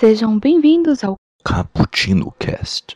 Sejam bem-vindos ao Cappuccino Cast.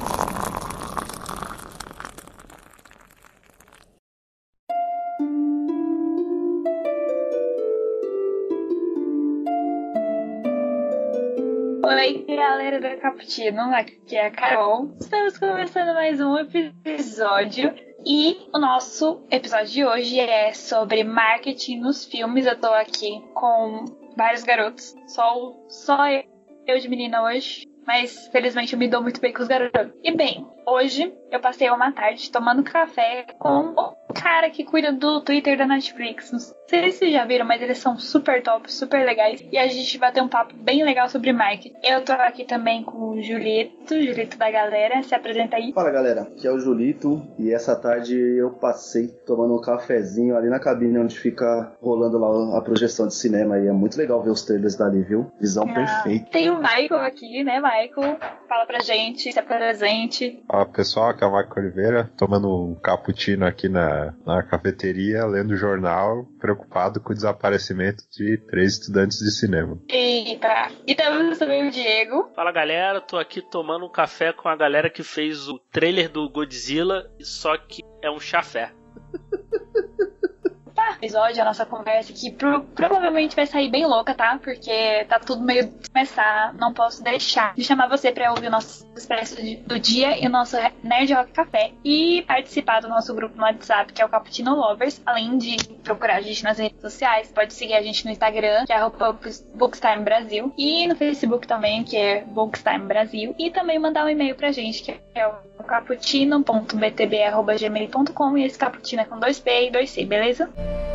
Oi, galera do Cappuccino, aqui é a Carol. Estamos começando mais um episódio e o nosso episódio de hoje é sobre marketing nos filmes. Eu tô aqui com vários garotos, só eu de menina hoje, mas felizmente eu me dou muito bem com os garotos. E bem, hoje eu passei uma tarde tomando café com o cara que cuida do Twitter da Netflix. Não sei se vocês já viram, mas eles são super top, super legais. E a gente vai ter um papo bem legal sobre marketing. Eu tô aqui também com o Julito da galera. Se apresenta aí. Fala, galera, aqui é o Julito. E essa tarde eu passei tomando um cafezinho ali na cabine onde fica rolando lá a projeção de cinema. E é muito legal ver os trailers dali, viu? Visão perfeita. Tem o Michael aqui, né, Michael? Fala pra gente, se apresente. Fala, pessoal, aqui é o Michael Oliveira, tomando um cappuccino aqui na cafeteria, lendo o jornal, preocupado com o desaparecimento de 3 estudantes de cinema. Eita! E temos também o Diego. Fala, galera, tô aqui tomando um café com a galera que fez o trailer do Godzilla, só que é um chafé. Episódio, a nossa conversa aqui provavelmente vai sair bem louca, tá? Porque tá tudo meio de começar, não posso deixar de chamar você pra ouvir o nosso Expresso do Dia e o nosso Nerd Rock Café e participar do nosso grupo no WhatsApp, que é o Cappuccino Lovers, além de procurar a gente nas redes sociais. Pode seguir a gente no Instagram, que é @Bookstime Brasil, e no Facebook também, que é Bookstime Brasil, e também mandar um e-mail pra gente, que é o cappuccino.btb@gmail.com, e esse cappuccino é com 2P e 2C, beleza?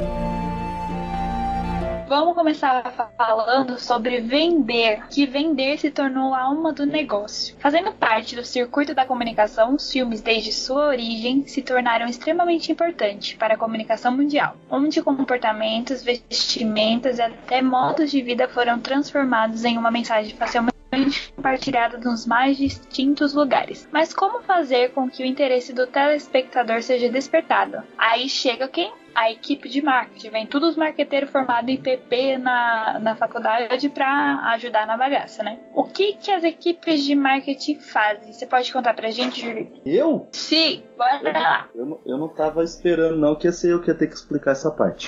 Vamos começar falando sobre vender, que vender se tornou a alma do negócio. Fazendo parte do circuito da comunicação, os filmes desde sua origem se tornaram extremamente importantes para a comunicação mundial, onde comportamentos, vestimentas e até modos de vida foram transformados em uma mensagem facilmente compartilhada nos mais distintos lugares. Mas como fazer com que o interesse do telespectador seja despertado? Aí chega quem? A equipe de marketing. Vem todos os marqueteiros formados em PP na faculdade para ajudar na bagaça, né? O que as equipes de marketing fazem? Você pode contar pra gente, Júlio? Eu? Sim, bora lá. Eu não tava esperando não que ia ser eu que ia ter que explicar essa parte.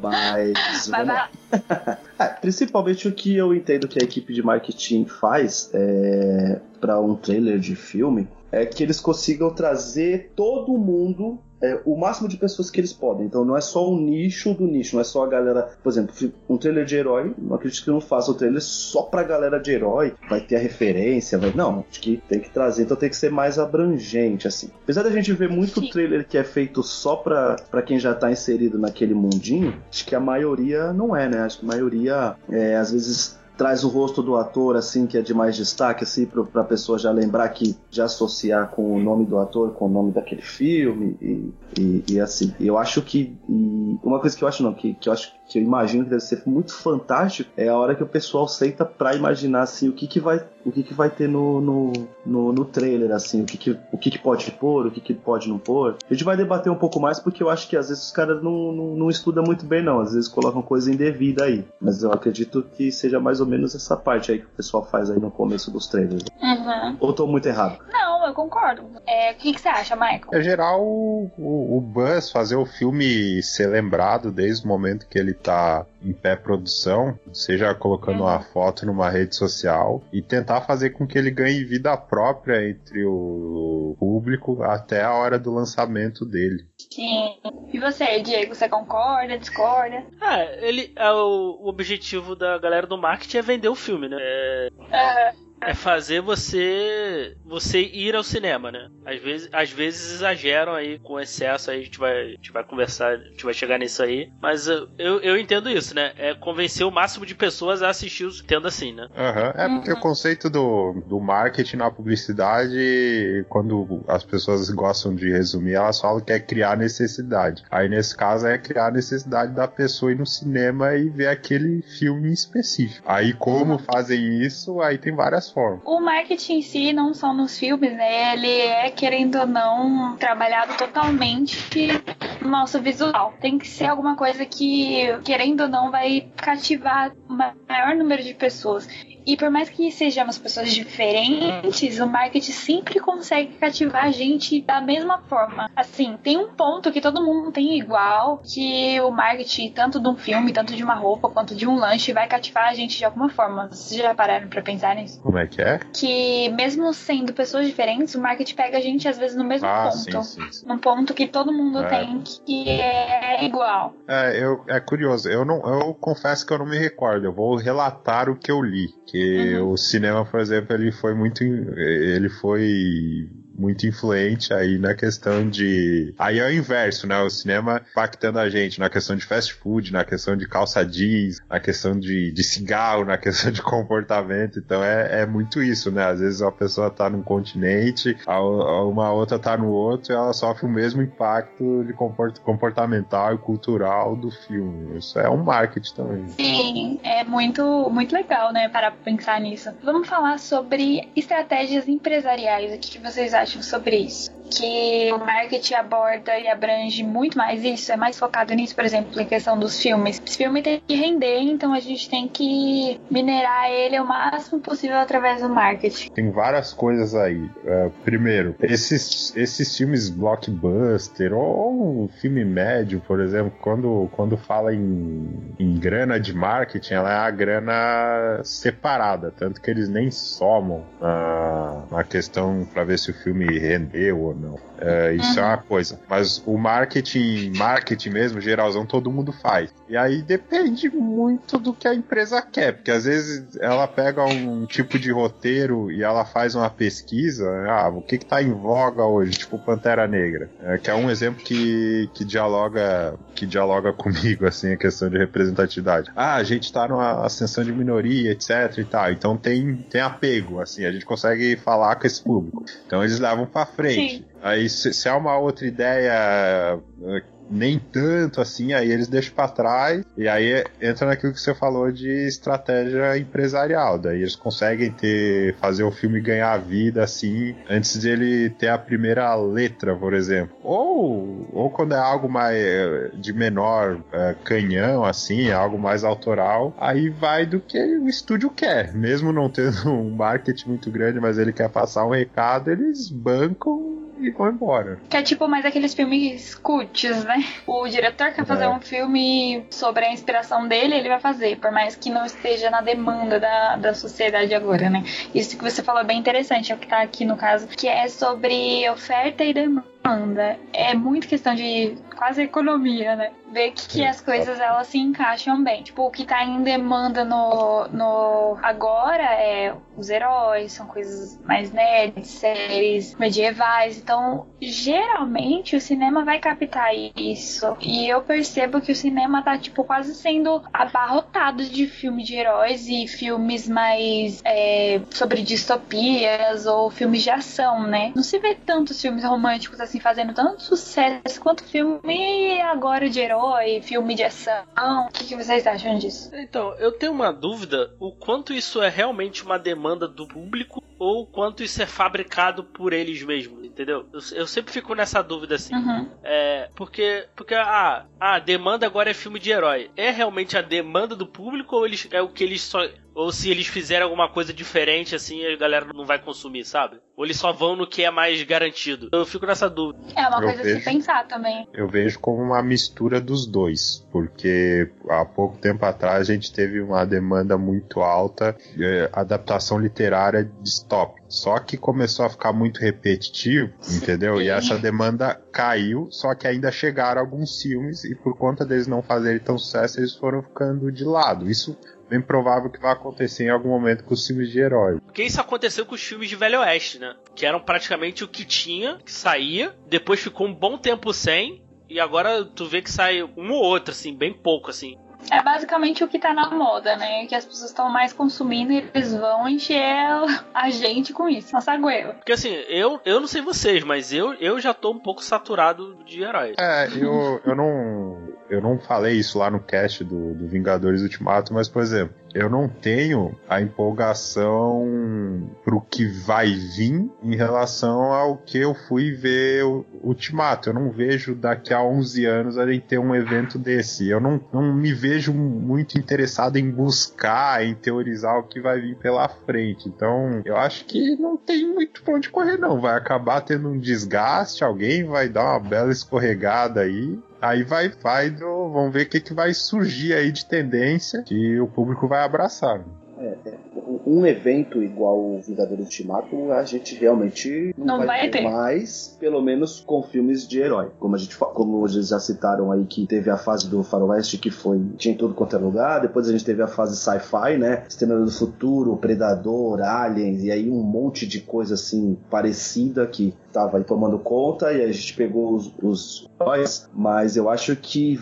Mas vai lá. Principalmente o que eu entendo que a equipe de marketing faz para um trailer de filme é que eles consigam trazer todo mundo, o máximo de pessoas que eles podem. Então não é só um nicho do nicho, não é só a galera. Por exemplo, um trailer de herói, não acredito que não faça o trailer só pra galera de herói, vai ter a referência, não, acho que tem que trazer, então tem que ser mais abrangente, assim. Apesar da gente ver muito trailer que é feito só pra quem já tá inserido naquele mundinho, acho que a maioria não é, né? Acho que a maioria, às vezes, traz o rosto do ator, assim, que é de mais destaque, assim, pra pessoa já lembrar que já associar com o nome do ator, com o nome daquele filme e assim. E eu acho que... uma coisa que eu acho, que eu imagino que deve ser muito fantástico é a hora que o pessoal senta pra imaginar, assim, o que vai ter no trailer, assim, o que pode pôr, o que pode não pôr. A gente vai debater um pouco mais porque eu acho que às vezes os caras não estudam muito bem, não. Às vezes colocam coisa indevida aí. Mas eu acredito que seja mais ou menos essa parte aí que o pessoal faz aí no começo dos trailers. Uhum. Ou tô muito errado? Não, eu concordo. O que você acha, Michael? É geral o buzz, fazer o filme ser lembrado desde o momento que ele tá em pré-produção, seja colocando uma foto numa rede social e tentar fazer com que ele ganhe vida própria entre o público até a hora do lançamento dele. Sim. E você, Diego, você concorda, discorda? O objetivo da galera do marketing é vender o filme, né? É fazer você ir ao cinema, né? Às vezes exageram aí com excesso, aí a gente vai conversar, a gente vai chegar nisso aí. Mas eu entendo isso, né? É convencer o máximo de pessoas a assistir os tendo assim, né? Porque o conceito do marketing na publicidade, quando as pessoas gostam de resumir, elas falam que é criar necessidade. Aí nesse caso é criar a necessidade da pessoa ir no cinema e ver aquele filme específico. Aí como fazem isso, aí tem várias formas. O marketing em si, não só nos filmes, né? Ele é, querendo ou não, trabalhado totalmente no nosso visual. Tem que ser alguma coisa que, querendo ou não, vai cativar o maior número de pessoas. E por mais que sejamos pessoas diferentes, o marketing sempre consegue cativar a gente da mesma forma. Assim, tem um ponto que todo mundo tem igual, que o marketing, tanto de um filme, tanto de uma roupa, quanto de um lanche, vai cativar a gente de alguma forma. Vocês já pararam pra pensar nisso? Como é que é? Que mesmo sendo pessoas diferentes, o marketing pega a gente às vezes no mesmo ponto. Sim. Num ponto que todo mundo tem que é igual. É curioso. Eu confesso que eu não me recordo. Eu vou relatar o que eu li. Que o cinema, por exemplo, ele foi muito influente aí na questão de... Aí é o inverso, né? O cinema impactando a gente na questão de fast food, na questão de calça jeans, na questão de cigarro, na questão de comportamento. Então é muito isso, né? Às vezes uma pessoa tá num continente, uma outra tá no outro, e ela sofre o mesmo impacto de comportamental e cultural do filme. Isso é um marketing também. Sim, é muito, muito legal, né? Para pensar nisso. Vamos falar sobre estratégias empresariais. O que vocês acham sobre isso? Que o marketing aborda e abrange muito mais isso, é mais focado nisso, por exemplo, em questão dos filmes. Esse filme tem que render, então a gente tem que minerar ele o máximo possível através do marketing. Tem várias coisas aí. Primeiro, esses filmes blockbuster ou um filme médio, por exemplo, quando fala em grana de marketing, ela é a grana separada, tanto que eles nem somam na questão para ver se o filme rendeu ou não. Isso é uma coisa. Mas o marketing mesmo, geralzão, todo mundo faz. E aí depende muito do que a empresa quer, porque às vezes ela pega um tipo de roteiro e ela faz uma pesquisa, o que tá em voga hoje, tipo Pantera Negra, que é um exemplo que dialoga comigo, assim, a questão de representatividade. A gente tá numa ascensão de minoria, etc e tal, então tem apego, assim, a gente consegue falar com esse público. Então eles levam pra frente. Sim. Aí se é uma outra ideia nem tanto assim, aí eles deixam pra trás, e aí entra naquilo que você falou de estratégia empresarial, daí eles conseguem fazer o filme ganhar vida assim, antes de ele ter a primeira letra, por exemplo, ou quando é algo mais de menor canhão, assim, algo mais autoral, aí vai do que o estúdio quer, mesmo não tendo um marketing muito grande, mas ele quer passar um recado, eles bancam e vão embora. Que é tipo mais aqueles filmes cults, né? O diretor quer fazer um filme sobre a inspiração dele, ele vai fazer, por mais que não esteja na demanda da sociedade agora, né? Isso que você falou é bem interessante, é o que tá aqui no caso, que é sobre oferta e demanda. É muito questão de quase economia, né? Ver que as coisas elas se encaixam bem. Tipo, o que tá em demanda no agora é os heróis, são coisas mais nerds, séries medievais. Então, geralmente o cinema vai captar isso. E eu percebo que o cinema tá, tipo, quase sendo abarrotado de filmes de heróis e filmes mais sobre distopias ou filmes de ação, né? Não se vê tantos filmes românticos assim fazendo tanto sucesso quanto filme agora de herói, filme de ação. O que vocês acham disso? Então, eu tenho uma dúvida, o quanto isso é realmente uma demanda do público ou o quanto isso é fabricado por eles mesmos, entendeu? Eu sempre fico nessa dúvida assim. Porque a demanda agora é filme de herói. É realmente a demanda do público ou é o que eles só... Ou se eles fizerem alguma coisa diferente, assim, a galera não vai consumir, sabe? Ou eles só vão no que é mais garantido. Eu fico nessa dúvida. É uma coisa a se pensar também. Eu vejo como uma mistura dos dois. Porque há pouco tempo atrás a gente teve uma demanda muito alta de adaptação literária distópica. Só que começou a ficar muito repetitivo, entendeu? E essa demanda caiu, só que ainda chegaram alguns filmes e por conta deles não fazerem tão sucesso, eles foram ficando de lado. Isso bem provável que vai acontecer em algum momento com os filmes de herói. Porque isso aconteceu com os filmes de Velho Oeste, né? Que eram praticamente o que tinha, que saía, depois ficou um bom tempo sem, e agora tu vê que sai um ou outro, assim, bem pouco, assim. É basicamente o que tá na moda, né? Que as pessoas estão mais consumindo e eles vão encher a gente com isso. Nossa goela. Porque assim, eu não sei vocês, mas eu já tô um pouco saturado de herói. eu não falei isso lá no cast do Vingadores Ultimato, mas, por exemplo, eu não tenho a empolgação pro que vai vir em relação ao que eu fui ver o Ultimato. Eu não vejo daqui a 11 anos a gente ter um evento desse. Eu não me vejo muito interessado em buscar, em teorizar o que vai vir pela frente. Então, eu acho que não tem muito pra onde correr, não. Vai acabar tendo um desgaste, alguém vai dar uma bela escorregada aí. Aí vamos ver o que vai surgir aí de tendência que o público vai abraçar. Um evento igual o Vingadores Ultimato, a gente realmente não vai ter mais, pelo menos com filmes de herói. Como eles já citaram aí, que teve a fase do Faroeste, que tinha em tudo quanto é lugar. Depois a gente teve a fase sci-fi, né? Exterminador do Futuro, Predador, Aliens, e aí um monte de coisa assim parecida que tava aí tomando conta, e a gente pegou os heróis, mas eu acho que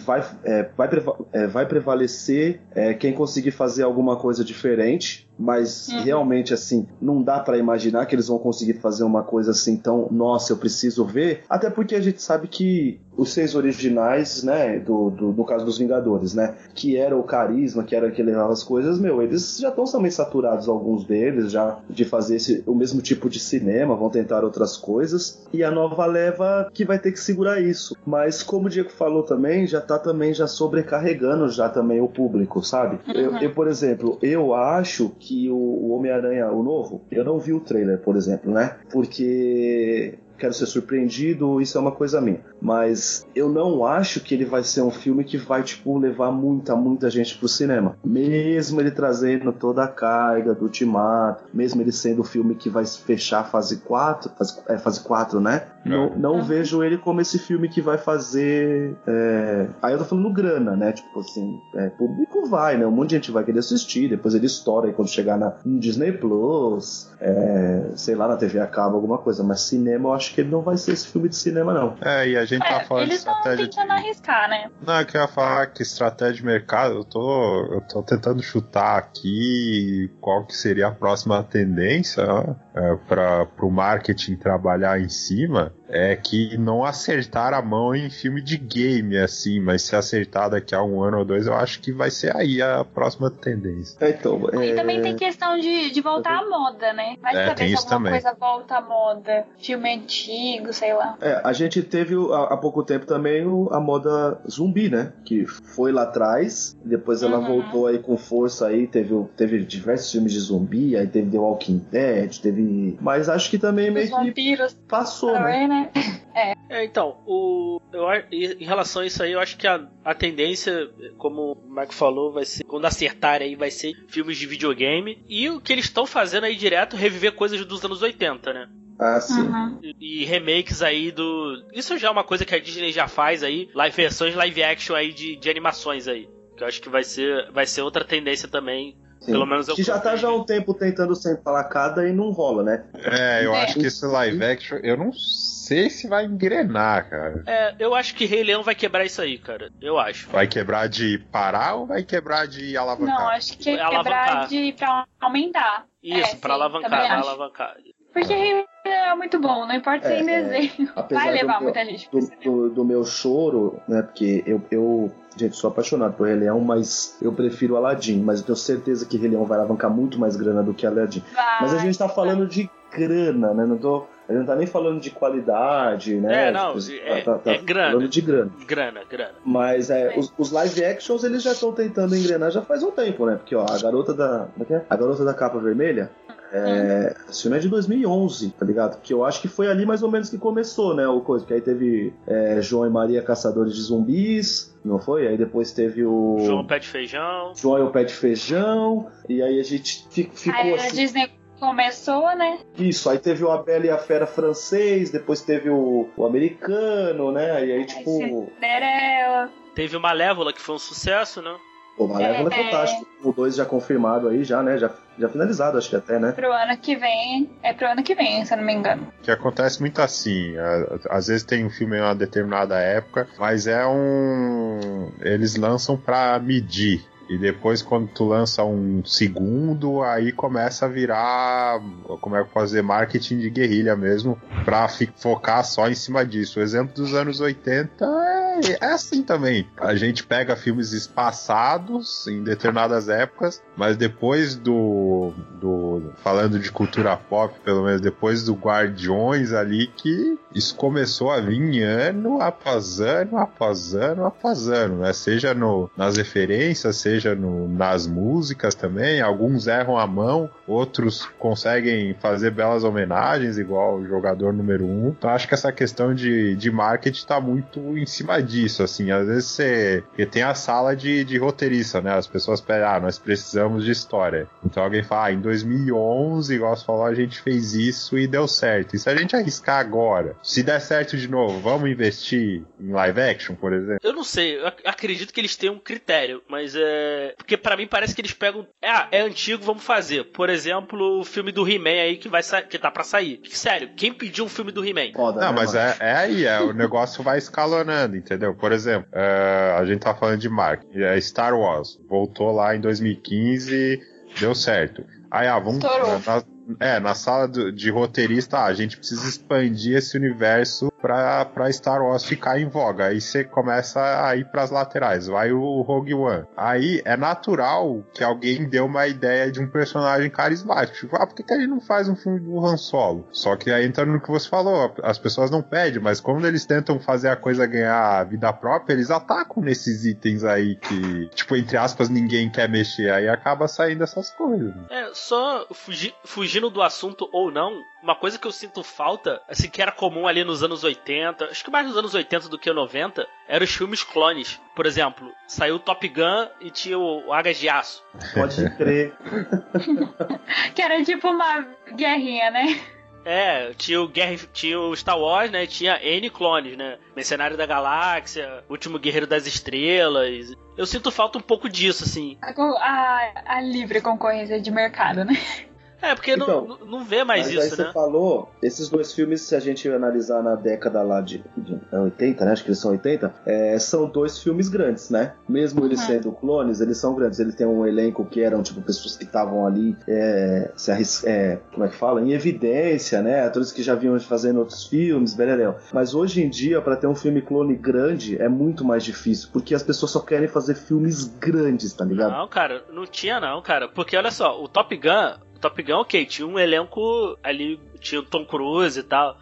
vai prevalecer quem conseguir fazer alguma coisa diferente. Mas realmente, assim, não dá pra imaginar que eles vão conseguir fazer uma coisa assim tão, nossa, eu preciso ver. Até porque a gente sabe que os 6 originais, né, do caso dos Vingadores, né, que era o carisma, que era aquelas coisas, eles já estão também saturados, alguns deles, já de fazer o mesmo tipo de cinema, vão tentar outras coisas, e a nova leva que vai ter que segurar isso. Mas como o Diego falou também, já tá também já sobrecarregando já também o público, sabe? Eu, por exemplo, eu acho que o Homem-Aranha, o novo, eu não vi o trailer, por exemplo, né? Porque quero ser surpreendido, isso é uma coisa minha. Mas eu não acho que ele vai ser um filme que vai, levar muita gente pro cinema. Mesmo ele trazendo toda a carga do Ultimato, mesmo ele sendo o filme que vai fechar a fase 4, fase 4, né? Não vejo ele como esse filme que vai fazer... Aí eu tô falando grana, né? Público vai, né? Um monte de gente vai querer assistir, depois ele estoura aí quando chegar no Disney Plus, sei lá, na TV a cabo, alguma coisa. Mas cinema, eu acho que ele não vai ser esse filme de cinema, não. E a gente tá falando de estratégia. Eles estão tentando arriscar, né? Não, eu queria falar que estratégia de mercado, eu tô tentando chutar aqui qual que seria a próxima tendência para o marketing trabalhar em cima. É que não acertar a mão em filme de game, assim, mas se acertar daqui a 1 ano ou 2, eu acho que vai ser aí a próxima tendência. E também tem questão de voltar à moda, né? Vai saber se alguma coisa volta à moda. Filme antigo, sei lá. A gente teve há pouco tempo também a moda zumbi, né? Que foi lá atrás, depois ela voltou aí com força aí, teve diversos filmes de zumbi, aí teve The Walking Dead, mas acho que também meio que passou, né? Então, em relação a isso aí, eu acho que a tendência, como o Marco falou, vai ser, quando acertarem aí, vai ser filmes de videogame. E o que eles estão fazendo aí direto, reviver coisas dos anos 80, né? Sim. E remakes aí Isso já é uma coisa que a Disney já faz aí, versões live action aí de animações aí. Que eu acho que vai ser outra tendência também. Sim. Pelo menos que já tá já há um tempo tentando ser empalacada e não rola, né? Eu acho que esse live action, eu não sei se vai engrenar, cara. Eu acho que Rei Leão vai quebrar isso aí, cara. Eu acho. Vai quebrar de parar ou vai quebrar de alavancar? Não, acho que é quebrar pra aumentar. Isso, pra alavancar. Porque Rei Leão é muito bom, não importa se é em desenho. Vai levar muita gente do meu choro, né? Porque eu gente, sou apaixonado por Rei Leão, mas eu prefiro Aladdin. Mas eu tenho certeza que Rei Leão vai alavancar muito mais grana do que Aladdin. Mas a gente tá falando de grana, né? A gente não tá nem falando de qualidade, né? É grana. Falando de grana. Grana. Mas os live actions eles já estão tentando engrenar já faz um tempo, né? Porque a garota da capa vermelha, esse filme é de 2011, tá ligado? Que eu acho que foi ali mais ou menos que começou, né? O coisa, que aí teve João e Maria Caçadores de Zumbis, não foi? Aí depois teve o João Pé de Feijão. João e o Pé de Feijão. E aí a gente ficou aí assim. A Disney começou, né? Isso, aí teve o A Bela e a Fera francês, depois teve o americano, né? E aí tipo... Cinderela. Teve o Malévola, que foi um sucesso, né? O Malévola é fantástico. O 2 já confirmado aí, já, né? Já finalizado, acho que até, né? Pro ano que vem, se eu não me engano. Que acontece muito assim. Às vezes tem um filme em uma determinada época, mas eles lançam pra medir. E depois, quando tu lança um segundo, aí começa a virar, como é que fazer marketing de guerrilha mesmo, pra focar só em cima disso. O exemplo dos anos 80 é é assim também. A gente pega filmes espaçados em determinadas épocas, mas depois falando de cultura pop, pelo menos depois do Guardiões ali, que isso começou a vir ano após ano, após ano, após ano, né? Seja nas referências, seja nas músicas também. Alguns erram a mão, outros conseguem fazer belas homenagens, igual o Jogador Número 1. Então acho que essa questão de marketing tá muito em cima disso, assim. Às vezes porque tem a sala de roteirista, né? As pessoas pedem, nós precisamos de história. Então alguém fala, em 2011, igual você falou, a gente fez isso e deu certo. E se a gente arriscar agora, se der certo de novo, vamos investir em live action, por exemplo? Eu não sei, eu acredito que eles têm um critério, mas porque pra mim parece que eles pegam, é antigo, vamos fazer. Por exemplo, o filme do He-Man aí que tá pra sair. Sério, quem pediu um filme do He-Man? Não, mas o negócio vai escalonando, entendeu? Por exemplo, a gente tá falando de marketing, Star Wars, voltou lá em 2015, deu certo. Aí, vamos... Na sala de roteirista, a gente precisa expandir esse universo pra Star Wars ficar em voga. Aí você começa a ir pras laterais. Vai o Rogue One. Aí é natural que alguém dê uma ideia de um personagem carismático. Tipo, por que a gente não faz um filme do Han Solo? Só que aí entra no que você falou. As pessoas não pedem, mas quando eles tentam fazer a coisa ganhar vida própria, eles atacam nesses itens aí que, tipo, entre aspas, ninguém quer mexer. Aí acaba saindo essas coisas. Só fugindo do assunto ou não, uma coisa que eu sinto falta, assim, que era comum ali nos anos 80, acho que mais nos anos 80 do que 90, eram os filmes clones. Por exemplo, saiu o Top Gun e tinha o Águias de Aço. Pode crer. Que era tipo uma guerrinha, né? Tinha o Star Wars, né? Tinha N clones, né? Mercenário da Galáxia, Último Guerreiro das Estrelas. Eu sinto falta um pouco disso, assim. A livre concorrência de mercado, né? Porque então, não vê mais isso, né? Você falou, esses dois filmes, se a gente analisar na década lá de 80, né? Acho que eles são 80, são dois filmes grandes, né? Mesmo eles sendo clones, eles são grandes. Eles têm um elenco que eram, tipo, pessoas que estavam ali, como é que fala? Em evidência, né? Atores que já vinham fazendo outros filmes, beleléu. Mas hoje em dia, pra ter um filme clone grande, é muito mais difícil, porque as pessoas só querem fazer filmes grandes, tá ligado? Não, cara, não tinha não, cara. Porque, olha só, o Top Gun, ok, tinha um elenco ali, tinha o Tom Cruise e tal.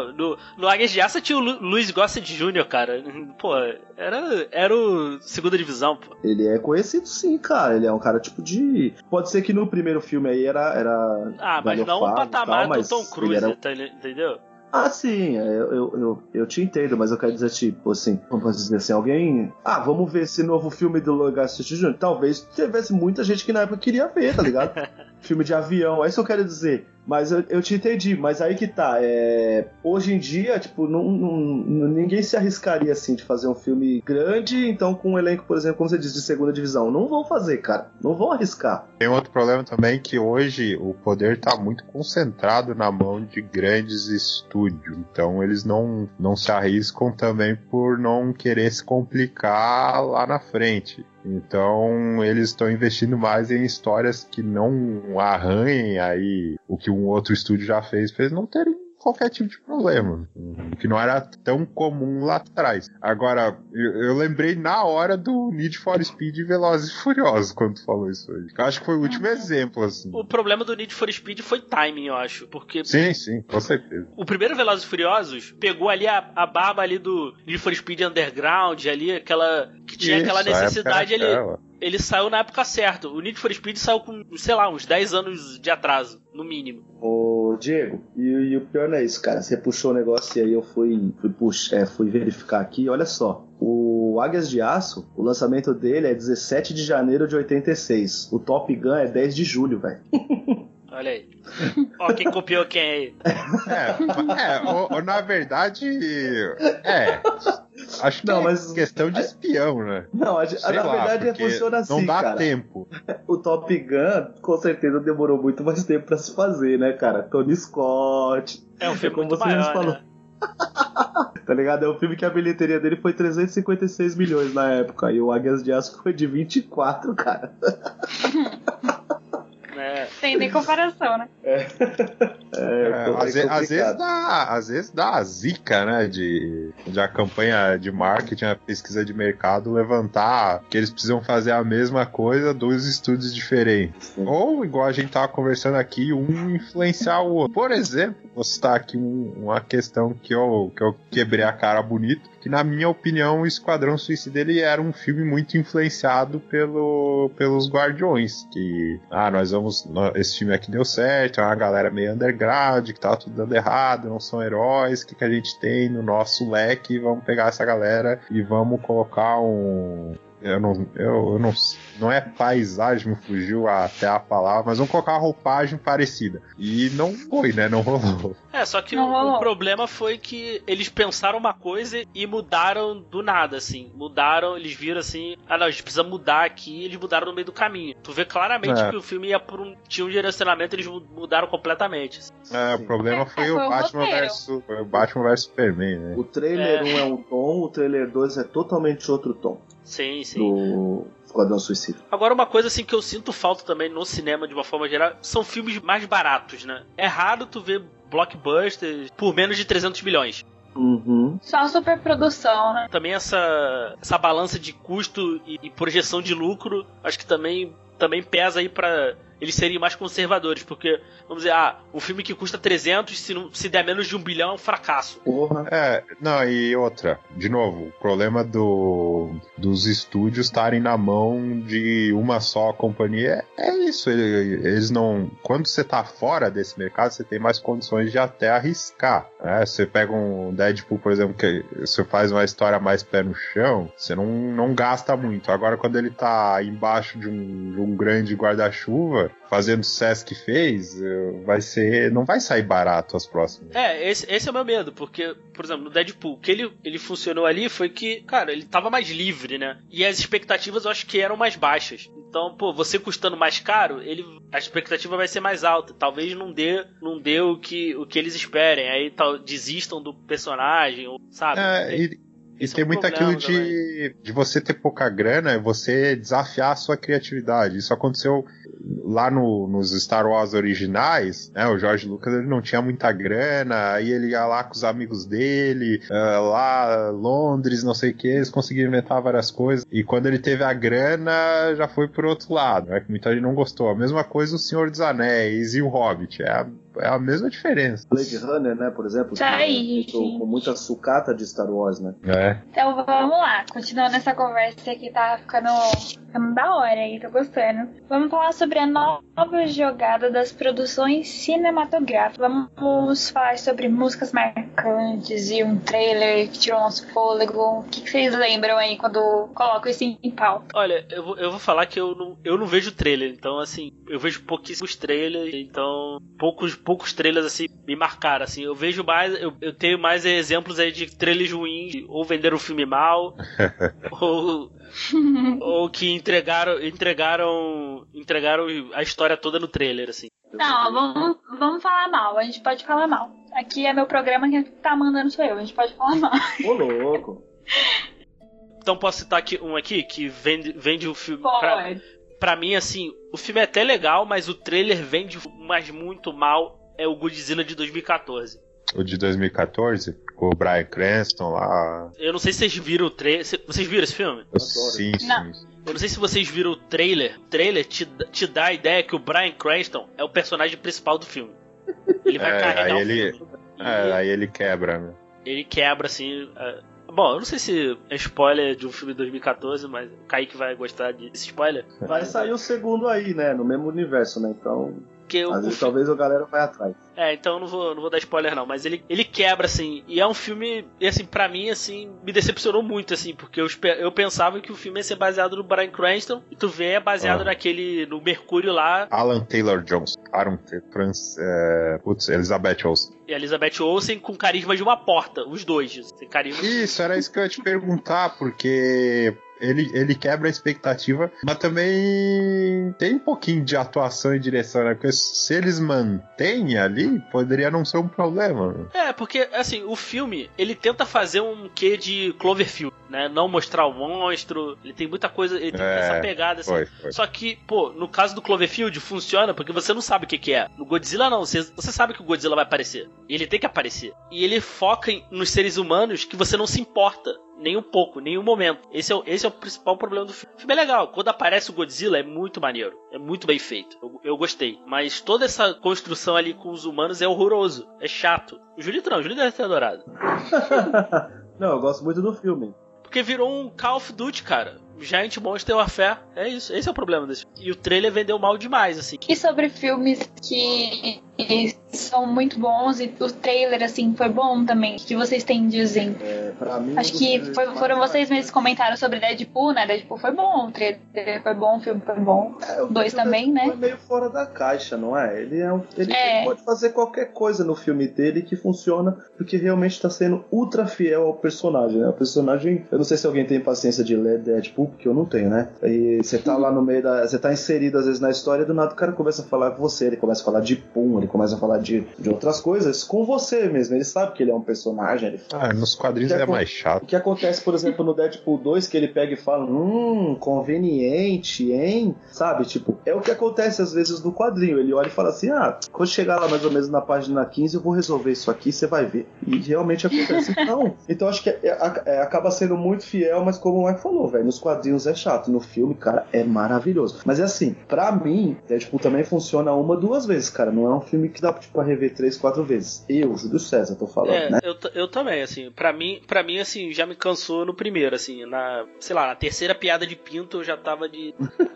No Águias de Aço tinha o Luiz Gossett Jr., cara. Pô, era o segunda divisão, pô. Ele é conhecido sim, cara. Ele é um cara tipo de... Pode ser que no primeiro filme aí era mas não o patamar do Tom Cruise, entendeu? Sim, eu te entendo, mas eu quero dizer, tipo, assim, como posso dizer assim, alguém... vamos ver esse novo filme do Luiz Gossett Jr. Talvez tivesse muita gente que na época queria ver, tá ligado? Filme de avião, é isso que eu quero dizer. Mas eu te entendi, mas aí que tá. Hoje em dia, tipo, ninguém se arriscaria assim de fazer um filme grande, então com um elenco, por exemplo, como você disse, de segunda divisão. Não vão fazer, cara. Não vão arriscar. Tem outro problema também, que hoje o poder tá muito concentrado na mão de grandes estúdios. Então eles não se arriscam também por não querer se complicar lá na frente. Então eles estão investindo mais em histórias que não arranhem aí o que um outro estúdio já fez pra eles não terem qualquer tipo de problema, que não era tão comum lá atrás. Agora, eu lembrei na hora do Need for Speed e Velozes e Furiosos quando tu falou isso aí. Eu acho que foi o último exemplo, assim. O problema do Need for Speed foi timing, eu acho, porque... Sim, com certeza. O primeiro Velozes e Furiosos pegou ali a barba ali do Need for Speed Underground, ali, aquela... que tinha aquela necessidade ali... Ele saiu na época certa. O Need for Speed saiu com, sei lá, uns 10 anos de atraso, no mínimo. Ô, Diego, e o pior não é isso, cara. Você puxou o negócio e aí eu fui verificar aqui. Olha só, o Águias de Aço, o lançamento dele é 17 de janeiro de 86. O Top Gun é 10 de julho, velho. Olha aí. Ó, quem copiou quem aí? Na verdade... Acho que mas questão de espião, né? Não, na verdade funciona assim, não dá cara. tempo. O Top Gun, com certeza, demorou muito mais tempo pra se fazer, né, cara? Tony Scott. É um filme como muito você maior, falou. né? Tá ligado? É um filme que a bilheteria dele foi 356 milhões na época. E o Águias de Aço foi de 24, cara. tem nem comparação, né? Às vezes dá a zica, né? De a campanha de marketing, a pesquisa de mercado levantar que eles precisam fazer a mesma coisa, 2 estúdios diferentes. Sim. Ou, igual a gente tava conversando aqui, um influenciar o outro. Por exemplo, vou citar aqui uma questão que eu quebrei a cara bonito, que na minha opinião o Esquadrão Suicida ele era um filme muito influenciado pelos Guardiões, que esse filme aqui deu certo, é uma galera meio underground, que tá tudo dando errado, não são heróis, o que a gente tem no nosso leque, vamos pegar essa galera e vamos colocar não é paisagem, me fugiu até a palavra, mas vamos colocar uma roupagem parecida. E não foi, né? Não rolou. Só que o problema foi que eles pensaram uma coisa e mudaram do nada, assim. Eles viram assim, não, a gente precisa mudar aqui, e eles mudaram no meio do caminho. Tu vê claramente que o filme ia tinha um direcionamento, eles mudaram completamente. Assim. O problema foi o Batman vs Superman, né? O trailer 1 é um tom, o trailer 2 é totalmente outro tom. Sim. Do Esquadrão Suicida. Agora, uma coisa assim que eu sinto falta também no cinema, de uma forma geral, são filmes mais baratos, né? É raro tu ver blockbusters por menos de 300 milhões. Uhum. Só superprodução, né? Também essa balança de custo e projeção de lucro, acho que também pesa aí pra eles serem mais conservadores, porque, vamos dizer, um filme que custa 300, se der menos de 1 bilhão, é um fracasso. Porra. E outra, de novo, o problema dos estúdios estarem na mão de uma só companhia é isso, eles não... Quando você tá fora desse mercado, você tem mais condições de até arriscar, né? Você pega um Deadpool, por exemplo, que você faz uma história mais pé no chão, você não gasta muito. Agora, quando ele tá embaixo de um grande guarda-chuva, fazendo o sucesso que fez, não vai sair barato as próximas. Esse é o meu medo, porque, por exemplo, no Deadpool, o que ele funcionou ali foi que, cara, ele tava mais livre, né? E as expectativas eu acho que eram mais baixas. Então, você custando mais caro, a expectativa vai ser mais alta. Talvez não dê o que eles esperem. Aí desistam do personagem, sabe? E tem muito aquilo de você ter pouca grana e você desafiar a sua criatividade. Isso aconteceu lá nos Star Wars originais, né? O George Lucas ele não tinha muita grana, aí ele ia lá com os amigos dele, lá Londres, não sei o que, eles conseguiram inventar várias coisas. E quando ele teve a grana, já foi pro outro lado, né? Que muita gente não gostou. A mesma coisa o Senhor dos Anéis e o Hobbit. É a mesma diferença. Blade Runner, né, por exemplo, com muita sucata de Star Wars, né? Então vamos lá, continuando essa conversa que tá ficando da hora aí, tô gostando. Vamos falar sobre a nova jogada das produções cinematográficas. Vamos falar sobre músicas marcantes e um trailer que tirou nosso fôlego. O que vocês lembram aí quando coloco isso em pauta? Olha, eu vou falar que eu não vejo trailer, então assim, eu vejo pouquíssimos trailers, então poucos trailers assim me marcaram, assim. Eu vejo mais, eu tenho mais exemplos aí de trailers ruins, ou venderam o filme mal, ou que entregaram a história toda no trailer, assim. Não, vamos falar mal, a gente pode falar mal. Aqui é meu programa, que tá mandando sou eu, a gente pode falar mal. Ô, louco. Então posso citar um aqui que vende o filme. Pode. Pra mim, assim, o filme é até legal, mas o trailer vende mas muito mal. É o Godzilla de 2014. O de 2014? Com o Bryan Cranston lá. Eu não sei se vocês viram o trailer. Vocês viram esse filme? Sim. Eu não sei se vocês viram o trailer. O trailer te dá a ideia que o Bryan Cranston é o personagem principal do filme. Ele vai carregar o filme. Aí ele quebra, né? Ele quebra, assim... Bom, eu não sei se é spoiler de um filme de 2014, mas o Kaique vai gostar desse spoiler. Vai sair o segundo aí, né? No mesmo universo, né? Então... Às vezes talvez a galera vai atrás. Então eu não vou dar spoiler não, mas ele quebra, assim, e é um filme, e assim, pra mim, assim, me decepcionou muito, assim, porque eu pensava que o filme ia ser baseado no Bryan Cranston, e tu vê, é baseado no Mercúrio lá. Alan Taylor-Johnson, Elizabeth Olsen. E a Elizabeth Olsen com carisma de uma porta, os dois, tem carisma. Isso, era isso que eu ia te perguntar, porque... Ele quebra a expectativa, mas também tem um pouquinho de atuação e direção, né? Porque se eles mantêm ali, poderia não ser um problema. Porque, assim, o filme, ele tenta fazer um quê de Cloverfield. né? Não mostrar o monstro. Ele tem muita coisa, ele tem essa pegada assim. Foi. Só que, pô, no caso do Cloverfield funciona porque você não sabe o que é. No Godzilla não, você sabe que o Godzilla vai aparecer. E ele tem que aparecer. E ele foca nos seres humanos que você não se importa. Nem um pouco, nem um momento. Esse é o principal problema do filme. O filme é legal. Quando aparece o Godzilla é muito maneiro. É muito bem feito. Eu gostei. Mas toda essa construção ali com os humanos é horroroso. É chato. O Julito deve ter adorado. Não, eu gosto muito do filme. Porque virou um Call of Duty, cara. Giant Monster Warfare. É isso. Esse é o problema desse filme. E o trailer vendeu mal demais, assim. E sobre filmes que são muito bons e o trailer, assim, foi bom também. O que vocês têm dizem? Pra mim, acho que foram vocês mesmos que comentaram sobre Deadpool, né? Deadpool foi bom, o trailer foi bom, o filme foi bom. O 2 também, né? Foi meio fora da caixa, não é? Ele pode fazer qualquer coisa no filme dele que funciona, porque realmente tá sendo ultra fiel ao personagem, né? O personagem, eu não sei se alguém tem paciência de ler Deadpool, porque eu não tenho, né? E você tá lá no meio você tá inserido às vezes na história, do nada o cara começa a falar com você, ele começa a falar de Pum, ele começa a falar de outras coisas com você mesmo, ele sabe que ele é um personagem, ele fala. Nos quadrinhos é mais chato. O que acontece, por exemplo, no Deadpool 2, que ele pega e fala, conveniente, hein? Sabe, tipo, é o que acontece às vezes no quadrinho, ele olha e fala assim, quando chegar lá mais ou menos na página 15 eu vou resolver isso aqui, você vai ver. E realmente acontece. Então acho que acaba sendo muito fiel, mas como o Mike falou, velho, nos quadrinhos é chato, no filme, cara, é maravilhoso. Mas é assim, pra mim, Deadpool também funciona 1-2 vezes, cara, não é um filme que dá pra rever 3-4 vezes. Eu, Júlio César, tô falando, né? Eu também, assim, pra mim, assim, já me cansou no primeiro, assim, na terceira piada de pinto eu já tava de...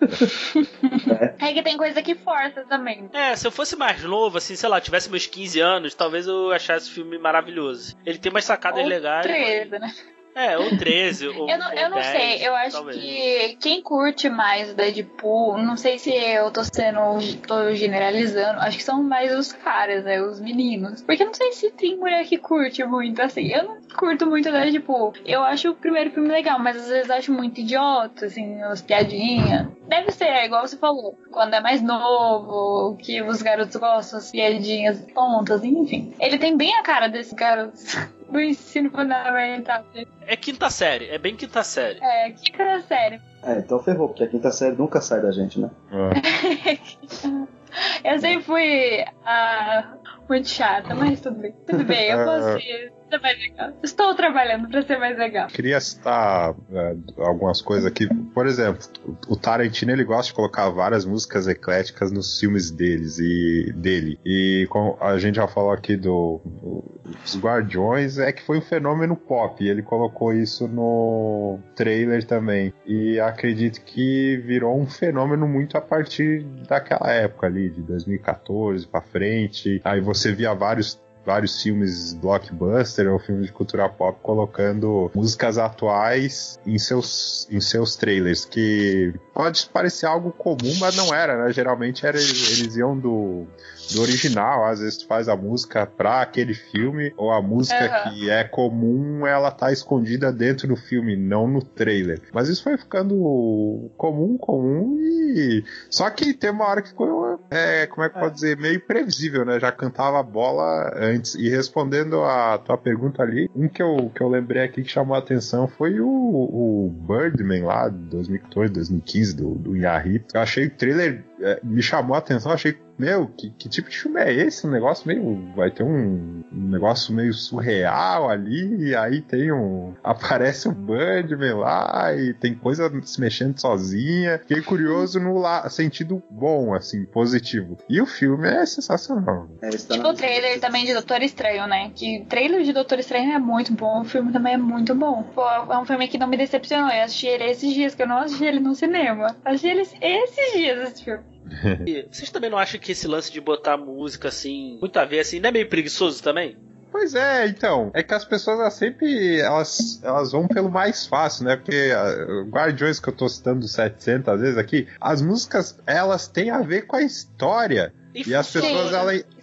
É que tem coisa que força também. Se eu fosse mais novo, assim, sei lá, tivesse meus 15 anos, talvez eu achasse o filme maravilhoso. Ele tem umas sacadas legais. 13, né? Ou 13, ou eu não 10, sei, eu acho talvez. Que quem curte mais o Deadpool, não sei se eu tô generalizando, acho que são mais os caras, né, os meninos. Porque eu não sei se tem mulher que curte muito, assim, eu não curto muito o Deadpool. Eu acho o primeiro filme legal, mas às vezes acho muito idiota, assim, as piadinhas. Deve ser, igual você falou, quando é mais novo, que os garotos gostam, as piadinhas tontas, enfim. Ele tem bem a cara desses garotos do ensino fundamental. É quinta série, é bem quinta série. Quinta série. Então ferrou, porque a quinta série nunca sai da gente, né? Eu sempre fui muito chata, mas tudo bem. Tudo bem, eu posso ser mais legal. Estou trabalhando pra ser mais legal. Queria citar algumas coisas aqui. Por exemplo, o Tarantino, ele gosta de colocar várias músicas ecléticas nos filmes dele. E como a gente já falou aqui dos Guardiões, é que foi um fenômeno pop. E ele colocou isso no trailer também. E acredito que virou um fenômeno muito a partir daquela época ali, de 2014 pra frente. Aí você via vários filmes blockbuster ou filmes de cultura pop colocando músicas atuais em seus trailers, que pode parecer algo comum, mas não era, né? Geralmente eles iam do original, às vezes tu faz a música pra aquele filme, ou a música que é comum, ela tá escondida dentro do filme, não no trailer. Mas isso foi ficando comum e... Só que tem uma hora que ficou, como é que pode dizer, meio previsível, né? Já cantava a bola antes. E respondendo a tua pergunta ali, um que eu lembrei aqui que chamou a atenção foi o Birdman lá, de 2014, 2015, do Inharito. Eu achei o trailer, me chamou a atenção, achei, que tipo de filme é esse? Vai ter um negócio meio surreal ali, e aí aparece o Birdman lá, e tem coisa se mexendo sozinha. Fiquei curioso no sentido bom, assim, positivo. E o filme é sensacional. Tipo o trailer também de Doutor Estranho, né? Que o trailer de Doutor Estranho é muito bom, o filme também é muito bom. Pô, é um filme que não me decepcionou. Eu assisti ele esses dias, que eu não assisti ele no cinema. Assisti ele esses dias, esse filme. E vocês também não acham que esse lance de botar música assim, muito a ver, assim, não é meio preguiçoso também? Pois é, então. É que as pessoas elas vão pelo mais fácil, né? Porque Guardiões, que eu tô citando 700 vezes aqui, as músicas, elas têm a ver com a história. E as pessoas,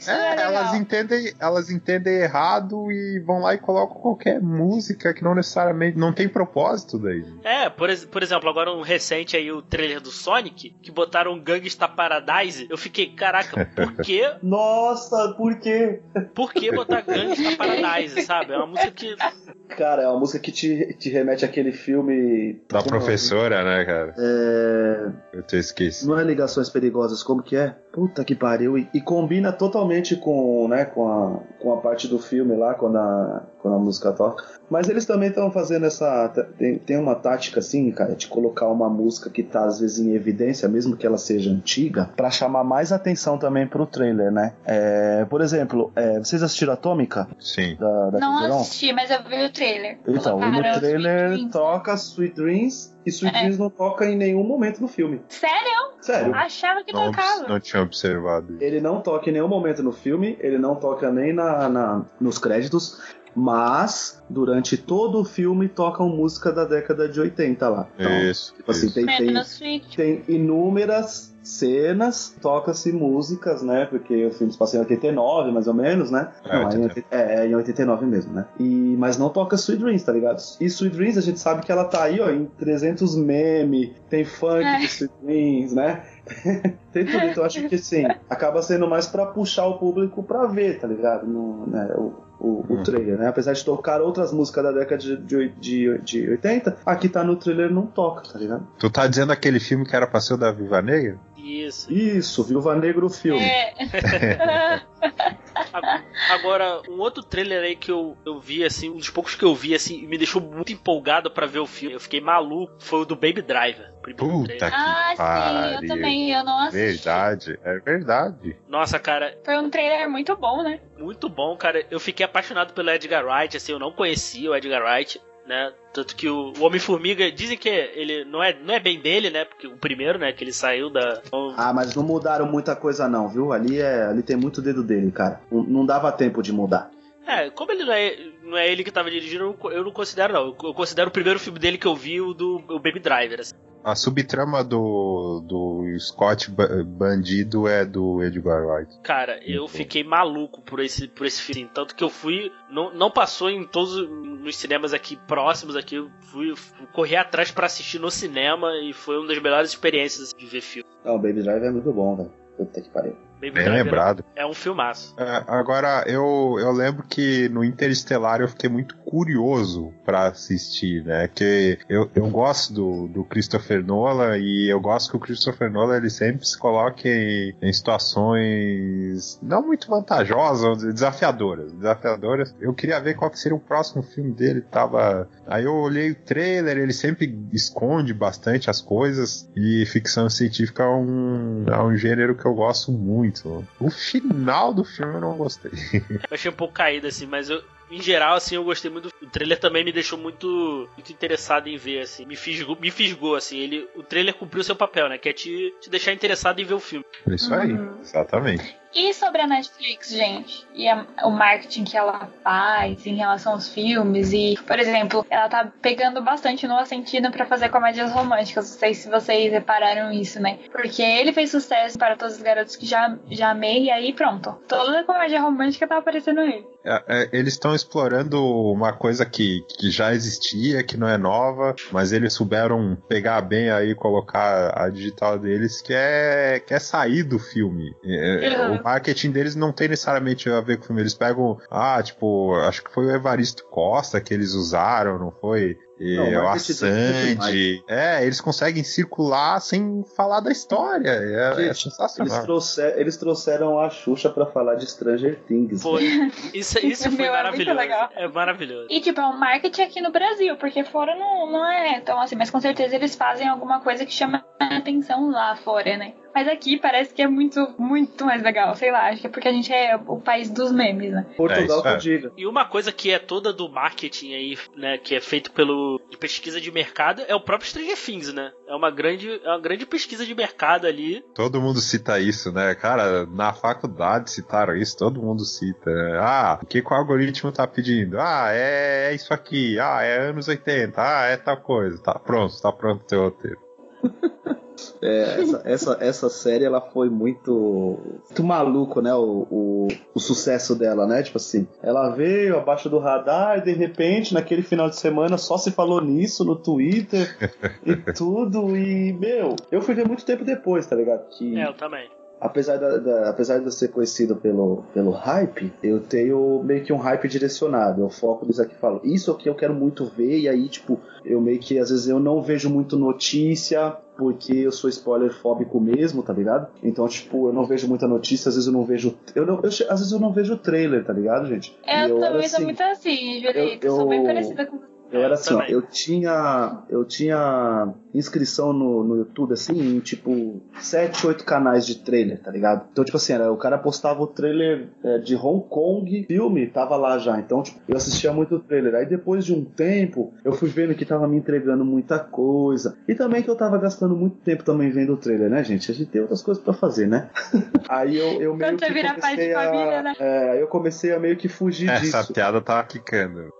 elas entendem errado e vão lá e colocam qualquer música que não necessariamente, não tem propósito daí. Por exemplo, agora um recente aí, o trailer do Sonic, que botaram Gangsta Paradise, eu fiquei, caraca, por quê? Nossa, por quê? Por que botar Gangsta Paradise, sabe? É uma música que... Cara, é uma música que te remete àquele filme... Da professora, né, cara? Eu te esqueci. Não é Ligações Perigosas, como que é? Puta que pariu. E combina totalmente com a parte do filme lá, quando a música toca. Mas eles também estão fazendo essa... Tem uma tática assim, cara, de colocar uma música que tá às vezes em evidência, mesmo que ela seja antiga, pra chamar mais atenção também pro trailer, né? Por exemplo, vocês assistiram Atômica? Sim. Da não Tiburon? assisti, mas eu vi o trailer. Então, e no trailer Sweet toca Sweet Dreams, e Sweet Dreams não toca em nenhum momento no filme. Sério? Sério. Achava que tocava. Não tinha observado. Ele não toca em nenhum momento no filme, ele não toca nem nos créditos, mas durante todo o filme tocam música da década de 80 lá. Então, isso. Tipo assim, tem inúmeras cenas, toca-se músicas, né? Porque o filme se passa em 89, mais ou menos, né? Em 89 mesmo, né? Mas não toca Sweet Dreams, tá ligado? E Sweet Dreams a gente sabe que ela tá aí, ó, em 300 memes, tem funk de Sweet Dreams, né? Tem tudo, então acho que assim, acaba sendo mais pra puxar o público pra ver, tá ligado? O trailer, né? Apesar de tocar outras músicas da década de 80, aqui tá no trailer, não toca, tá ligado? Tu tá dizendo aquele filme que era pra ser o da Viúva Negra? Isso, Viúva Negra o filme. Agora, um outro trailer aí que eu vi, assim, um dos poucos que eu vi, assim, me deixou muito empolgado pra ver o filme. Eu fiquei maluco, foi o do Baby Driver. Puta que sim, eu também, eu não assisti. É verdade. Nossa, cara. Foi um trailer muito bom, né? Muito bom, cara. Eu fiquei apaixonado pelo Edgar Wright, assim, eu não conhecia o Edgar Wright, né? Tanto que o Homem-Formiga, dizem que ele não é bem dele, né? Porque o primeiro, né, que ele saiu da... mas não mudaram muita coisa não, viu? Ali tem muito dedo dele, cara. Não dava tempo de mudar. Como ele não é ele que tava dirigindo, eu não considero, não. Eu considero o primeiro filme dele que eu vi o Baby Driver, assim. A subtrama do Scott Bandido é do Edgar Wright. Cara, eu fiquei maluco por esse filme. Tanto que eu fui... Não passou em todos nos cinemas aqui próximos aqui. Eu fui correr atrás pra assistir no cinema e foi uma das melhores experiências de ver filme. Não, o Baby Driver é muito bom, velho. Puta que pariu. Bem lembrado. É um filmaço. Agora, eu lembro que no Interestelar eu fiquei muito curioso pra assistir, né? Que eu gosto do Christopher Nolan e eu gosto que o Christopher Nolan ele sempre se coloque em situações não muito vantajosas, desafiadoras. Eu queria ver qual que seria o próximo filme dele. Aí eu olhei o trailer, ele sempre esconde bastante as coisas e ficção científica é um gênero que eu gosto muito. O final do filme eu não gostei. Eu achei um pouco caído, assim, mas em geral, assim, eu gostei muito. O trailer também me deixou muito interessado em ver, assim. Me fisgou, assim. O trailer cumpriu seu papel, né? Que é te deixar interessado em ver o filme. Isso aí, exatamente. E sobre a Netflix, gente? E o marketing que ela faz em relação aos filmes? E, por exemplo, ela tá pegando bastante no Assentino pra fazer comédias românticas. Não sei se vocês repararam isso, né? Porque ele fez sucesso para todos os garotos que já amei. E aí, pronto. Toda a comédia romântica tá aparecendo nele. Eles estão explorando uma coisa que já existia, que não é nova, mas eles souberam pegar bem aí e colocar a digital deles, que é sair do filme. O marketing deles não tem necessariamente a ver com o filme. Eles pegam, acho que foi o Evaristo Costa que eles usaram, não foi? A Sandy. Eles conseguem circular sem falar da história. É sensacional. Eles trouxeram a Xuxa pra falar de Stranger Things. Foi. Isso foi maravilhoso. É maravilhoso. E tipo, é um marketing aqui no Brasil, porque fora não é tão assim, mas com certeza eles fazem alguma coisa que chama a atenção lá fora, né? Mas aqui parece que é muito, muito mais legal. Sei lá, acho que é porque a gente é o país dos memes, né? Portugal que eu diga. E uma coisa que é toda do marketing aí, né? Que é feito de pesquisa de mercado, é o próprio Stranger Things, né? É uma grande pesquisa de mercado ali. Todo mundo cita isso, né? Cara, na faculdade citaram isso, todo mundo cita. O que o algoritmo tá pedindo? É isso aqui. É anos 80. É tal coisa. Tá pronto o teu roteiro. Essa série, ela foi muito maluco, né? O sucesso dela, né? Tipo assim, ela veio abaixo do radar e de repente, naquele final de semana, só se falou nisso no Twitter e tudo. E, meu, eu fui ver muito tempo depois, tá ligado? Eu também. Apesar de eu ser conhecido pelo hype, eu tenho meio que um hype direcionado. Eu foco nisso aqui e falo, isso aqui eu quero muito ver, e aí, tipo, eu meio que, às vezes, eu não vejo muito notícia, porque eu sou spoiler fóbico mesmo, tá ligado? Então, tipo, eu não vejo muita notícia, às vezes eu não vejo... às vezes eu não vejo trailer, tá ligado, gente? Eu também sou muito assim, Julito, eu sou bem parecida com você. Eu era assim, ó, eu tinha inscrição no YouTube, assim, em tipo 7, 8 canais de trailer, tá ligado? Então, tipo assim, o cara postava o trailer de Hong Kong, filme, tava lá já. Então, tipo, eu assistia muito o trailer. Aí depois de um tempo, eu fui vendo que tava me entregando muita coisa. E também que eu tava gastando muito tempo também vendo o trailer, né, gente? A gente tem outras coisas pra fazer, né? Aí eu meio Quando você que vira pai de família, né? Aí eu comecei a meio que fugir disso. Essa piada tava quicando.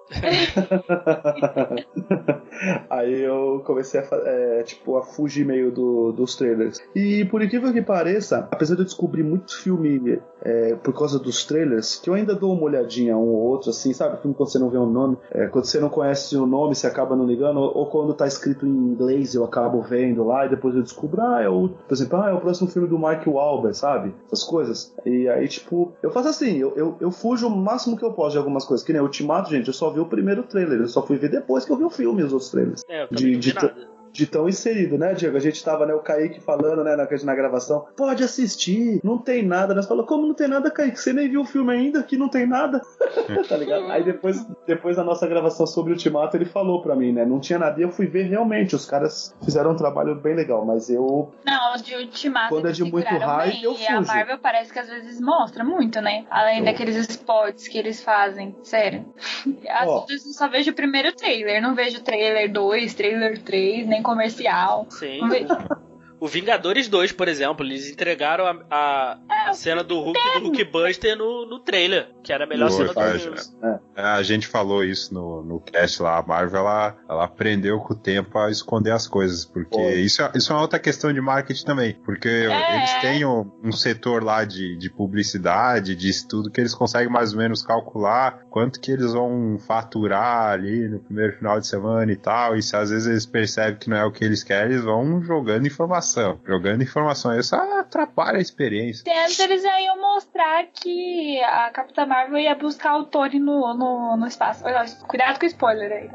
Aí eu comecei a fugir meio dos trailers. E por incrível que pareça, apesar de eu descobrir muito filme por causa dos trailers, que eu ainda dou uma olhadinha um ou outro, assim, sabe? Filme quando você não vê um nome, quando você não conhece o nome, você acaba não ligando, ou quando tá escrito em inglês, eu acabo vendo lá e depois eu descubro, por exemplo, é o próximo filme do Mark Wahlberg, sabe? Essas coisas. E aí, tipo, eu faço assim, eu fujo o máximo que eu posso de algumas coisas. Que nem Ultimato, gente, eu só vi o primeiro trailer, eu só fui ver depois que eu vi o filme, os outros trailers. Eu também não vi nada. De tão inserido, né, Diego? A gente tava, o Kaique falando, né, na gravação, pode assistir, não tem nada. Nós falamos, como não tem nada, Kaique? Você nem viu o filme ainda, que não tem nada? Tá ligado? Aí depois da nossa gravação sobre o Ultimato, ele falou pra mim, né, não tinha nada, e eu fui ver realmente, os caras fizeram um trabalho bem legal, mas eu... Não, de Ultimato quando é de muito hype, bem, eu fujo. E a Marvel parece que às vezes mostra muito, né? Além daqueles spots que eles fazem, sério. Às vezes eu só vejo o primeiro trailer, não vejo trailer 2, trailer 3, nem comercial. Sim. O Vingadores 2, por exemplo, eles entregaram a cena do Hulkbuster no trailer, que era a melhor cena do filme. A gente falou isso no cast lá, a Marvel ela aprendeu com o tempo a esconder as coisas, porque isso é uma outra questão de marketing também, porque eles têm um setor lá de publicidade, de estudo, que eles conseguem mais ou menos calcular quanto que eles vão faturar ali no primeiro final de semana e tal, e se às vezes eles percebem que não é o que eles querem, eles vão jogando informação. Isso atrapalha a experiência. Antes eles já iam mostrar que a Capitã Marvel ia buscar o Tony no espaço. Cuidado com o spoiler aí.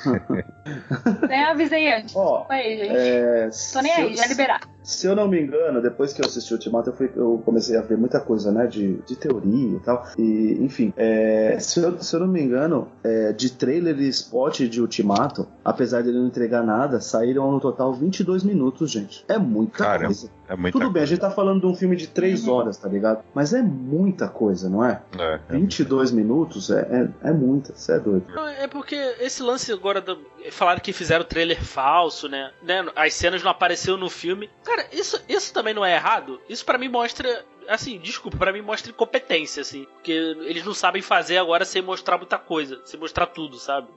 Nem avisei antes. Aí, gente. Tô nem aí, já liberar. Se eu não me engano, depois que eu assisti o Ultimato, eu comecei a ver muita coisa, né, de teoria e tal. E, enfim, se eu não me engano, de trailer e spot de Ultimato, apesar de ele não entregar nada, saíram no total 22 minutos, gente. É muita coisa. É muita Tudo bem, a gente tá falando de um filme de 3 horas, tá ligado? Mas é muita coisa, não é? 22 minutos é muita, você é doido. É porque esse lance agora, falaram que fizeram trailer falso, né? As cenas não apareceram no filme. Cara, isso também não é errado? Isso pra mim mostra... Assim, desculpa, pra mim mostra incompetência, assim. Porque eles não sabem fazer agora sem mostrar muita coisa. Sem mostrar tudo, sabe?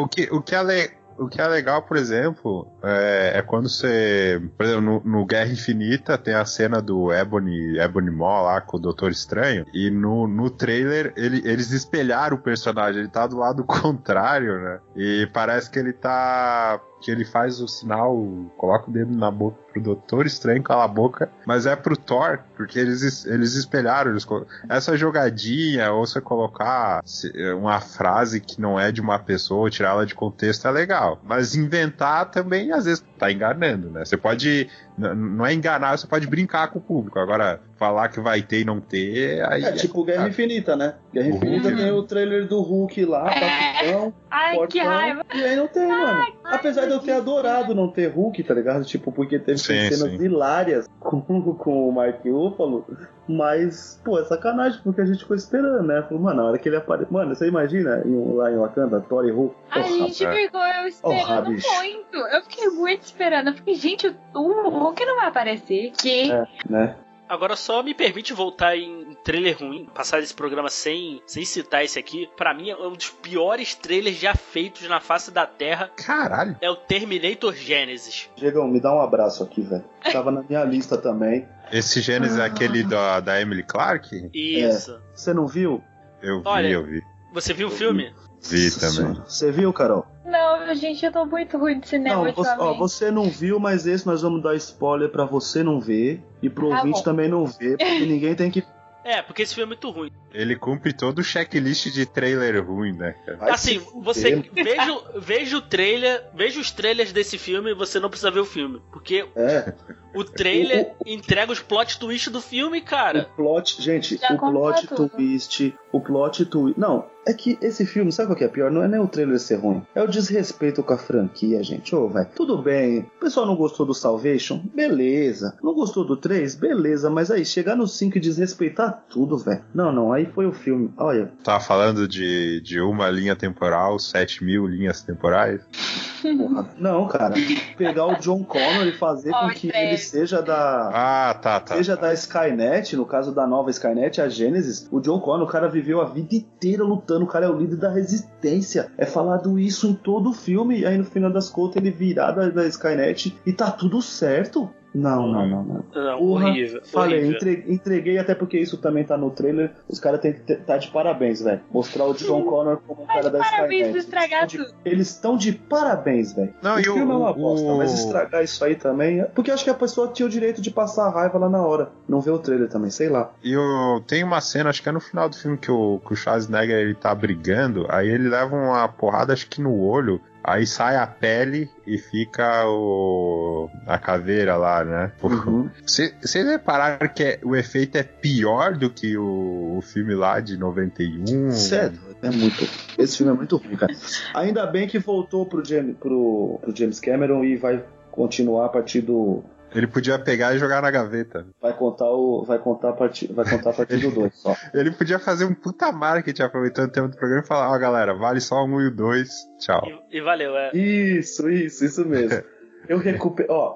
O que é legal, por exemplo, é quando você... Por exemplo, no Guerra Infinita tem a cena do Ebony Maw lá com o Doutor Estranho, e no trailer eles espelharam o personagem, ele tá do lado contrário, né? E parece que ele tá... que ele faz o sinal, coloca o dedo na boca pro Doutor Estranho, cala a boca, mas é pro Thor, porque eles espelharam, essa jogadinha, ou você colocar uma frase que não é de uma pessoa, tirar ela de contexto é legal, mas inventar também, às vezes, tá enganando, né? Você pode, não é enganar, você pode brincar com o público, agora falar que vai ter e não ter, aí tipo Guerra Infinita, né? Guerra Infinita tem o trailer do Hulk lá, papitão, Ai, que raiva. E aí não tem, mano. Apesar de eu ter adorado não ter Hulk, tá ligado? Tipo, porque teve cenas hilárias com o Mark Ruffalo, mas, pô, é sacanagem, porque a gente ficou esperando, né? Falou, mano, na hora que ele aparece... Mano, você imagina lá em Wakanda, Thor e Hulk? A gente ficou esperando muito. Eu fiquei muito esperando. Eu fiquei, gente, o Hulk não vai aparecer. Que... né? Agora só me permite voltar em trailer ruim, passar esse programa sem citar esse aqui. Pra mim é um dos piores trailers já feitos na face da Terra. Caralho. É o Terminator Genesis. Diegão, me dá um abraço aqui, velho. Tava na minha lista também. Esse Genesis é aquele da Emily Clarke? Isso. Você não viu? Eu vi. Você viu o filme? Vi também. Senhora. Você viu, Carol? Não, gente, eu tô muito ruim de cinema ultimamente. Você não viu, mas esse nós vamos dar spoiler pra você não ver e pro ouvinte também não ver, porque ninguém tem que... Porque esse filme é muito ruim. Ele cumpre todo o checklist de trailer ruim, né, cara? Assim, você veja o trailer, veja os trailers desse filme e você não precisa ver o filme. Porque o trailer entrega os plot twist do filme, cara. O plot twist. Não, é que esse filme, sabe qual que é pior? Não é nem o trailer ser ruim. É o desrespeito com a franquia, gente. Velho, tudo bem. O pessoal não gostou do Salvation? Beleza. Não gostou do 3? Beleza. Mas aí, chegar no 5 e desrespeitar tudo, velho. Não. Aí foi o filme. Olha. Tá falando de uma linha temporal, 7.000 linhas temporais? Porra. Não, cara. Pegar o John Connor e fazer com que ele seja da... Seja da Skynet, no caso da nova Skynet, a Genesis. O John Connor, o cara viveu a vida inteira lutando, o cara é o líder da resistência. É falado isso em todo o filme, e aí no final das contas ele virar da Skynet e tá tudo certo. Não. Horrível. Falei, horrível. entreguei até porque isso também tá no trailer. Os caras têm que estar de parabéns, velho. Mostrar o John Connor como um cara da Skynet. Eles estão de parabéns, velho. O filme é uma bosta, mas estragar isso aí também... Porque eu acho que a pessoa tinha o direito de passar a raiva lá na hora. Não ver o trailer também, sei lá. E tem uma cena, acho que é no final do filme, que o Schwarzenegger ele tá brigando, aí ele leva uma porrada, acho que no olho... Aí sai a pele e fica a caveira lá, né? Vocês repararam que o efeito é pior do que o filme lá de 91? Sério, esse filme é muito ruim, cara. Ainda bem que voltou pro James Cameron e vai continuar a partir do... Ele podia pegar e jogar na gaveta. Vai contar a partir do 2 só. Ele podia fazer um puta marketing aproveitando o tempo do programa e falar, galera, vale só o 1 e o 2, tchau. E valeu, Isso mesmo. Eu recupero,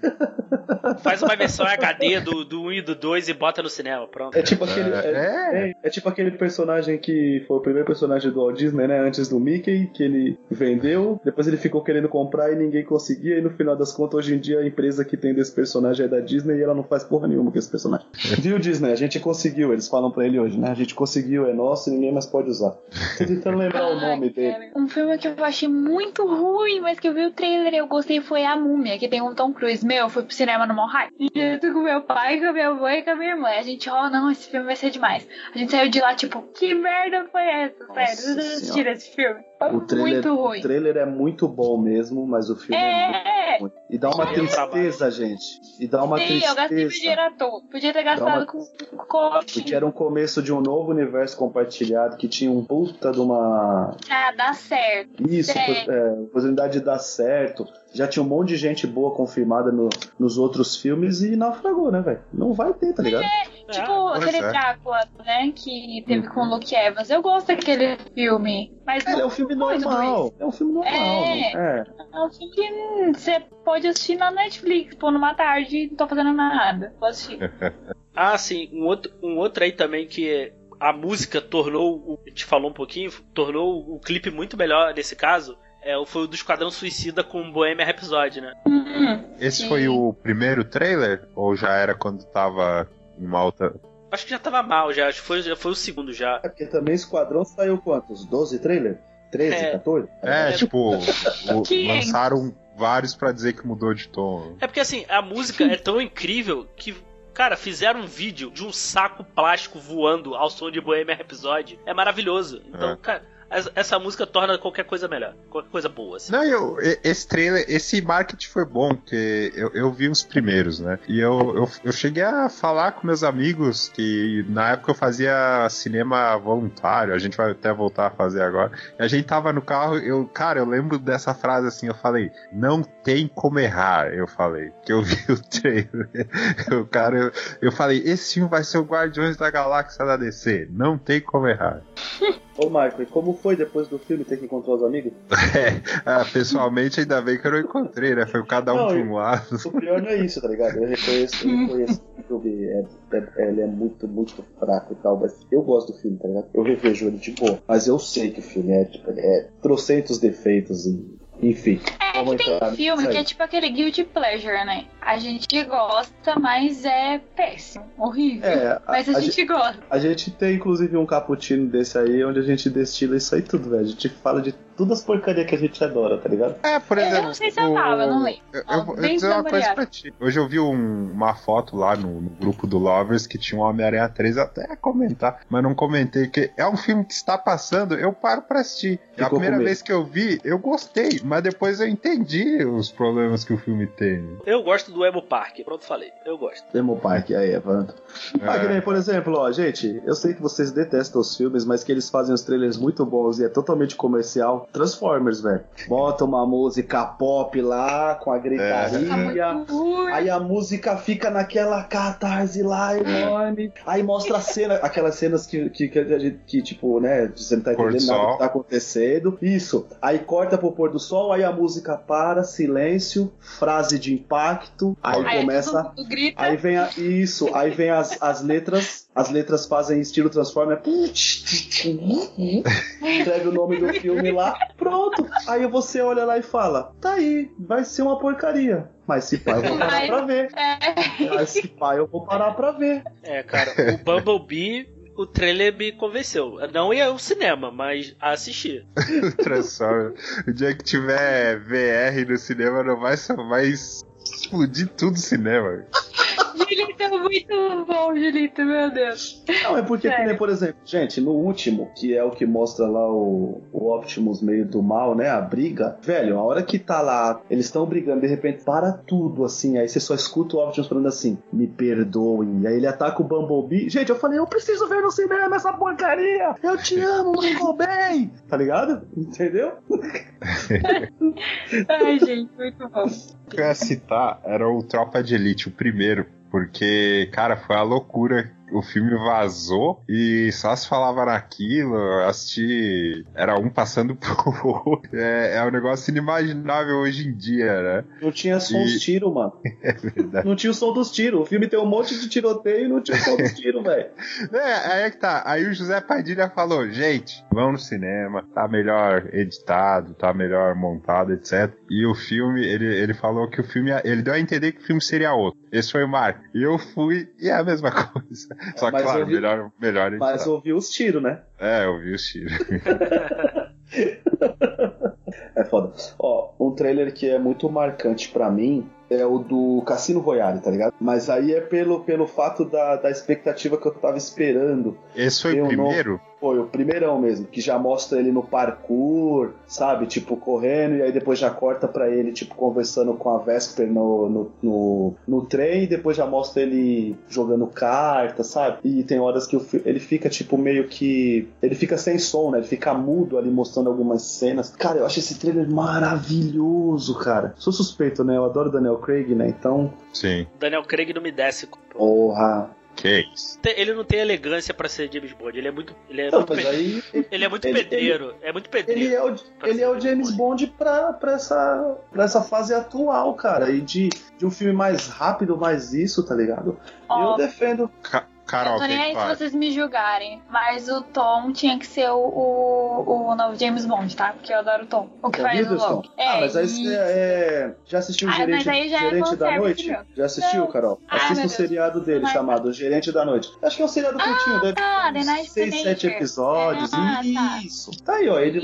Faz uma versão HD do 1 e do 2 e bota no cinema, pronto. É tipo aquele personagem que foi o primeiro personagem do Walt Disney, né? Antes do Mickey, que ele vendeu, depois ele ficou querendo comprar e ninguém conseguia, e no final das contas, hoje em dia, a empresa que tem desse personagem é da Disney e ela não faz porra nenhuma com esse personagem. Viu, Disney? A gente conseguiu, eles falam pra ele hoje, né? A gente conseguiu, é nosso e ninguém mais pode usar. Tô tentando lembrar o nome dele. Um filme que eu achei muito ruim, mas que eu vi o trailer e eu gostei, foi A Múmia, que tem um Tom Cruise. Eu fui pro cinema no Mall High. E eu tô com meu pai, com a minha mãe e com a minha irmã. A gente, não, esse filme vai ser demais. A gente saiu de lá, tipo, que merda foi essa? Sério, vocês assistiram esse filme? Foi muito ruim. O trailer é muito bom mesmo, mas o filme é muito ruim. E dá uma tristeza, gente. E dá uma tristeza. Eu gastei meu dinheiro à toa. Podia ter gastado com porque era um começo de um novo universo compartilhado que tinha um puta de uma... dá certo. Isso, possibilidade de dar certo. Já tinha um monte de gente boa confirmada nos outros filmes e naufragou, né, velho? Não vai ter, tá ligado? Tipo aquele Drácula, né, que teve com o Luke Evans. Eu gosto daquele filme. Mas é um filme normal. É um filme normal. É um filme que você pode assistir na Netflix, pô, numa tarde e não tô fazendo nada. Vou assistir. Sim, um outro aí também que a música tornou, a gente falou um pouquinho, tornou o clipe muito melhor nesse caso. Foi o do Esquadrão Suicida com Bohemian Rhapsody, né? Esse foi o primeiro trailer? Ou já era quando tava em uma outra... Acho que já tava mal, já foi o segundo já. Porque também Esquadrão saiu quantos? 12 trailers? 13, 14? Lançaram vários pra dizer que mudou de tom. É porque assim, a música é tão incrível que... Cara, fizeram um vídeo de um saco plástico voando ao som de Bohemian Rhapsody. É maravilhoso. Então, cara... Essa música torna qualquer coisa melhor. Qualquer coisa boa, assim. Não, esse trailer, esse marketing foi bom, porque eu vi os primeiros, né? E eu cheguei a falar com meus amigos que na época eu fazia cinema voluntário, a gente vai até voltar a fazer agora. E a gente tava no carro, eu lembro dessa frase assim, eu falei, não tem como errar, eu falei, que eu vi o trailer. Eu falei, esse filme vai ser o Guardiões da Galáxia da DC, não tem como errar. Ô, Michael, e como foi depois do filme ter que encontrar os amigos? Pessoalmente, ainda bem que eu não encontrei, né? Foi cada um pra um lado. O pior não é isso, tá ligado? Eu reconheço que o filme ele é muito, muito fraco e tal, mas eu gosto do filme, tá ligado? Eu revejo ele de boa, mas eu sei que o filme é trocentos defeitos e... Enfim. Que tem filme que é tipo aquele guilty pleasure, né? A gente gosta, mas é péssimo, horrível. Mas a gente gosta. A gente tem inclusive um cappuccino desse aí, onde a gente destila isso aí tudo, velho. A gente fala de todas as porcarias que a gente adora, tá ligado? Por exemplo. Eu não sei se eu tava, não lembro. Eu vou dizer uma coisa pra ti. Hoje eu vi uma foto lá no grupo do Lovers que tinha um Homem-Aranha 3, até ia comentar, mas não comentei, que é um filme que está passando, eu paro pra assistir. A primeira vez que eu vi, eu gostei, mas depois eu entendi os problemas que o filme tem. Eu gosto do Emo Park, pronto, falei. Eu gosto. Emo Park, aí, pronto. Que nem, por exemplo, ó, gente, eu sei que vocês detestam os filmes, mas que eles fazem os trailers muito bons e é totalmente comercial. Transformers, velho. Bota uma música pop lá, com a gritaria, aí a música fica naquela catarse lá enorme, aí mostra a cena, aquelas cenas que tipo, né, você não tá entendendo nada que tá acontecendo. Isso. Aí corta pro pôr do sol, aí a música para, silêncio, frase de impacto, aí começa, aí vem aí vem as letras fazem estilo Transformer, escreve o nome do filme lá, pronto. Aí você olha lá e fala, tá aí, vai ser uma porcaria. Mas se pá, eu vou parar pra ver. Mas se pá, eu vou parar pra ver. Cara, o Bumblebee, o trailer me convenceu. Não ia ao cinema, mas a assistir. Transforma. O dia que tiver VR no cinema, não vai explodir tudo o cinema. Julito é muito bom, Julito, meu Deus. Não, é porque, por exemplo, gente, no último, que é o que mostra lá o Optimus meio do mal, né, a briga, velho, a hora que tá lá, eles estão brigando, de repente para tudo, assim, aí você só escuta o Optimus falando assim, me perdoem, e aí ele ataca o Bumblebee. Gente, eu falei, eu preciso ver no cinema essa porcaria, eu te amo, ficou bem, tá ligado? Entendeu? Ai, gente, muito bom. O que eu ia citar era o Tropa de Elite, o primeiro, porque, cara, foi a loucura. O filme vazou e só se falava naquilo, assisti, era um passando pro outro. É um negócio inimaginável hoje em dia, né? Não tinha som dos tiros, mano. É verdade. Não tinha o som dos tiros. O filme tem um monte de tiroteio e não tinha o som dos tiros, velho. Aí é que tá. Aí o José Padilha falou, gente, vamos no cinema, tá melhor editado, tá melhor montado, etc. E o filme, ele falou que o filme, ele deu a entender que o filme seria outro. Esse foi o marco. E eu fui, e é a mesma coisa. Só que, claro, melhor editado. Mas ouvi os tiros, né? Eu ouvi os tiros. É foda. Ó, um trailer que é muito marcante pra mim é o do Cassino Royale, tá ligado? Mas aí é pelo fato da expectativa que eu tava esperando. Esse foi o primeiro? Foi o primeirão mesmo, que já mostra ele no parkour, sabe? Tipo, correndo, e aí depois já corta pra ele, tipo, conversando com a Vesper no trem, e depois já mostra ele jogando carta, sabe? E tem horas que ele fica, tipo, meio que... Ele fica sem som, né? Ele fica mudo ali, mostrando algumas cenas. Cara, eu acho esse trailer maravilhoso, cara. Sou suspeito, né? Eu adoro Daniel Craig, né? Então... Sim. Daniel Craig não me desce. Porra... Que isso? Ele não tem elegância pra ser James Bond, ele é muito pedreiro. É muito pedreiro. Ele é o James Bond pra essa fase atual, cara. E de um filme mais rápido, mais isso, tá ligado? Eu defendo. Carol, eu tô nem aí se vocês me julgarem, mas o Tom tinha que ser o novo James Bond, tá? Porque eu adoro o Tom. O que faz o Loki. Mas aí você já assistiu o Gerente da Noite? Meu. Já assistiu, Carol? Assista o seriado dele chamado O Gerente da Noite. Acho que é um seriado curtinho, deve ter 6, 7 episódios. Isso. Tá aí, ó. Ele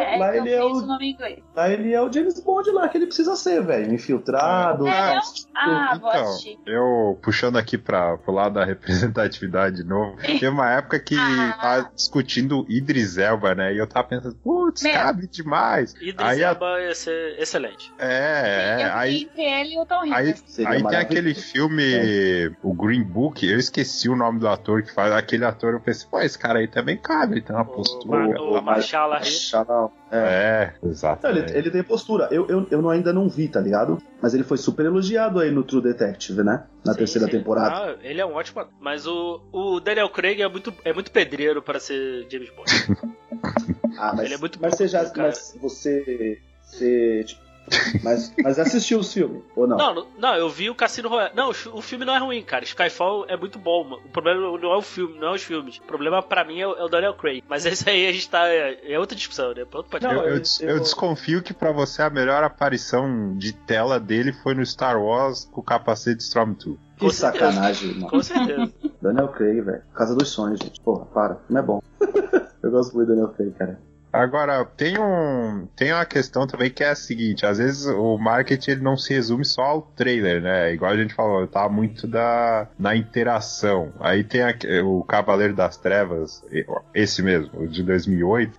é o James Bond lá que ele precisa ser, velho. Infiltrado. Vou assistir. Eu puxando aqui pro lado da representatividade de novo, tem uma época que tava discutindo Idris Elba, né? E eu tava pensando, putz, cabe demais. Idris Elba ia ser excelente. Aí entre ele e o Tom Aí tem aquele filme, o Green Book, eu esqueci o nome do ator que faz aquele ator, eu pensei, pô, esse cara aí também cabe, ele tem uma postura. O Marshall Exato. Ele tem postura. Eu ainda não vi, tá ligado? Mas ele foi super elogiado aí no True Detective, né? Na terceira temporada. Ele é um ótimo ator. Mas o Daniel Craig é muito pedreiro para ser James Bond. Mas, ele é muito mas você tipo, mas assistiu os filmes, ou não? Não, eu vi o Cassino Royale. Não, o filme não é ruim, cara. Skyfall é muito bom, mano. O problema não é o filme, não é os filmes. O problema pra mim é o Daniel Craig. Mas esse aí a gente tá... É outra discussão, né? Eu desconfio que pra você a melhor aparição de tela dele foi no Star Wars com o capacete Stormtrooper. Que sacanagem, mano. Com certeza. Daniel Craig, velho. Casa dos Sonhos, gente. Porra, para. Não é bom. Eu gosto muito do Daniel Craig, cara. Agora, tem uma questão também que é a seguinte, às vezes o marketing ele não se resume só ao trailer, né? Igual a gente falou, tá muito na interação. Aí tem o Cavaleiro das Trevas, esse mesmo, o de 2008,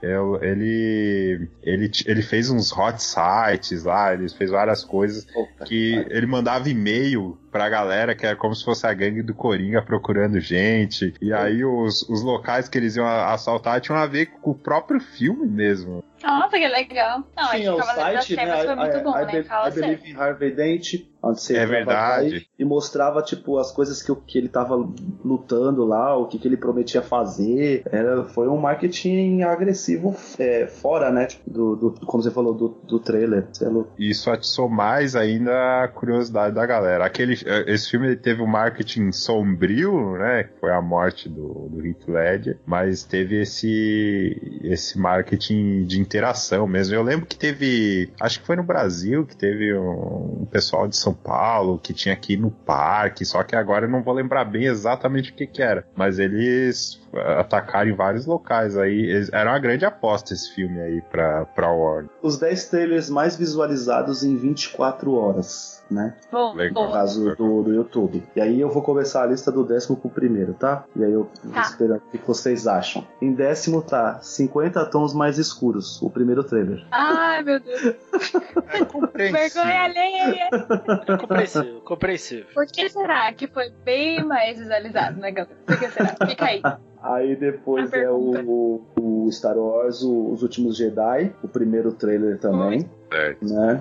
ele fez uns hot sites lá, ele fez várias coisas que ele mandava e-mail pra galera que era como se fosse a gangue do Coringa procurando gente, e aí os locais que eles iam assaltar tinham a ver com o próprio filme mesmo. Nossa, que legal. Não, tinha o site, né? Foi muito bom, né? Fala I Believe in Harvey Dent, onde você verdade. E mostrava, tipo, as coisas que ele tava lutando lá, o que ele prometia fazer. Foi um marketing agressivo fora, né? Tipo, como você falou, do trailer. Isso atiçou mais ainda a curiosidade da galera. Esse filme ele teve um marketing sombrio, né? Que foi a morte do Heath Ledger, mas teve esse marketing de interação mesmo. Eu lembro que teve, acho que foi no Brasil, que teve um pessoal de São Paulo que tinha que ir no parque, só que agora eu não vou lembrar bem exatamente o que era, mas eles atacaram em vários locais aí. Era uma grande aposta esse filme aí pra Warner. Os 10 trailers mais visualizados em 24 horas, né? No caso do YouTube. E aí eu vou começar a lista do 10º com o primeiro, tá? E aí eu vou esperar o que vocês acham. Em 10º tá 50 Tons Mais Escuros, o primeiro trailer. Ai, meu Deus. É compreensível. Vergonha alheia. É compreensível. Por que será que foi bem mais visualizado, né, galera? Por que será? Fica aí. Aí depois é o Star Wars, Os Últimos Jedi, o primeiro trailer também. Né?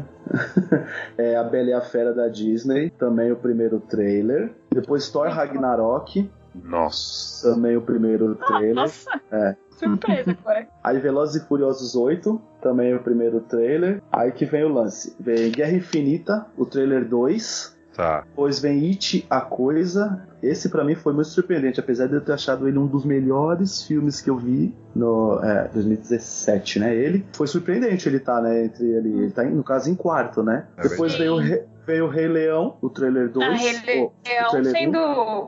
A Bela e a Fera da Disney, também o primeiro trailer. Depois Thor Ragnarok. Nossa. Também o primeiro trailer. Nossa. Surpresa agora. Aí Velozes e Furiosos 8, também o primeiro trailer. Aí que vem o lance. Vem Guerra Infinita, o trailer 2. Tá. Depois vem It, A Coisa. Esse pra mim foi muito surpreendente, apesar de eu ter achado ele um dos melhores filmes que eu vi no 2017, né? Ele foi surpreendente, ele tá, né? Ele tá, no caso, em quarto, né? Depois veio o Rei Leão, o trailer 2. Rei Leão sendo...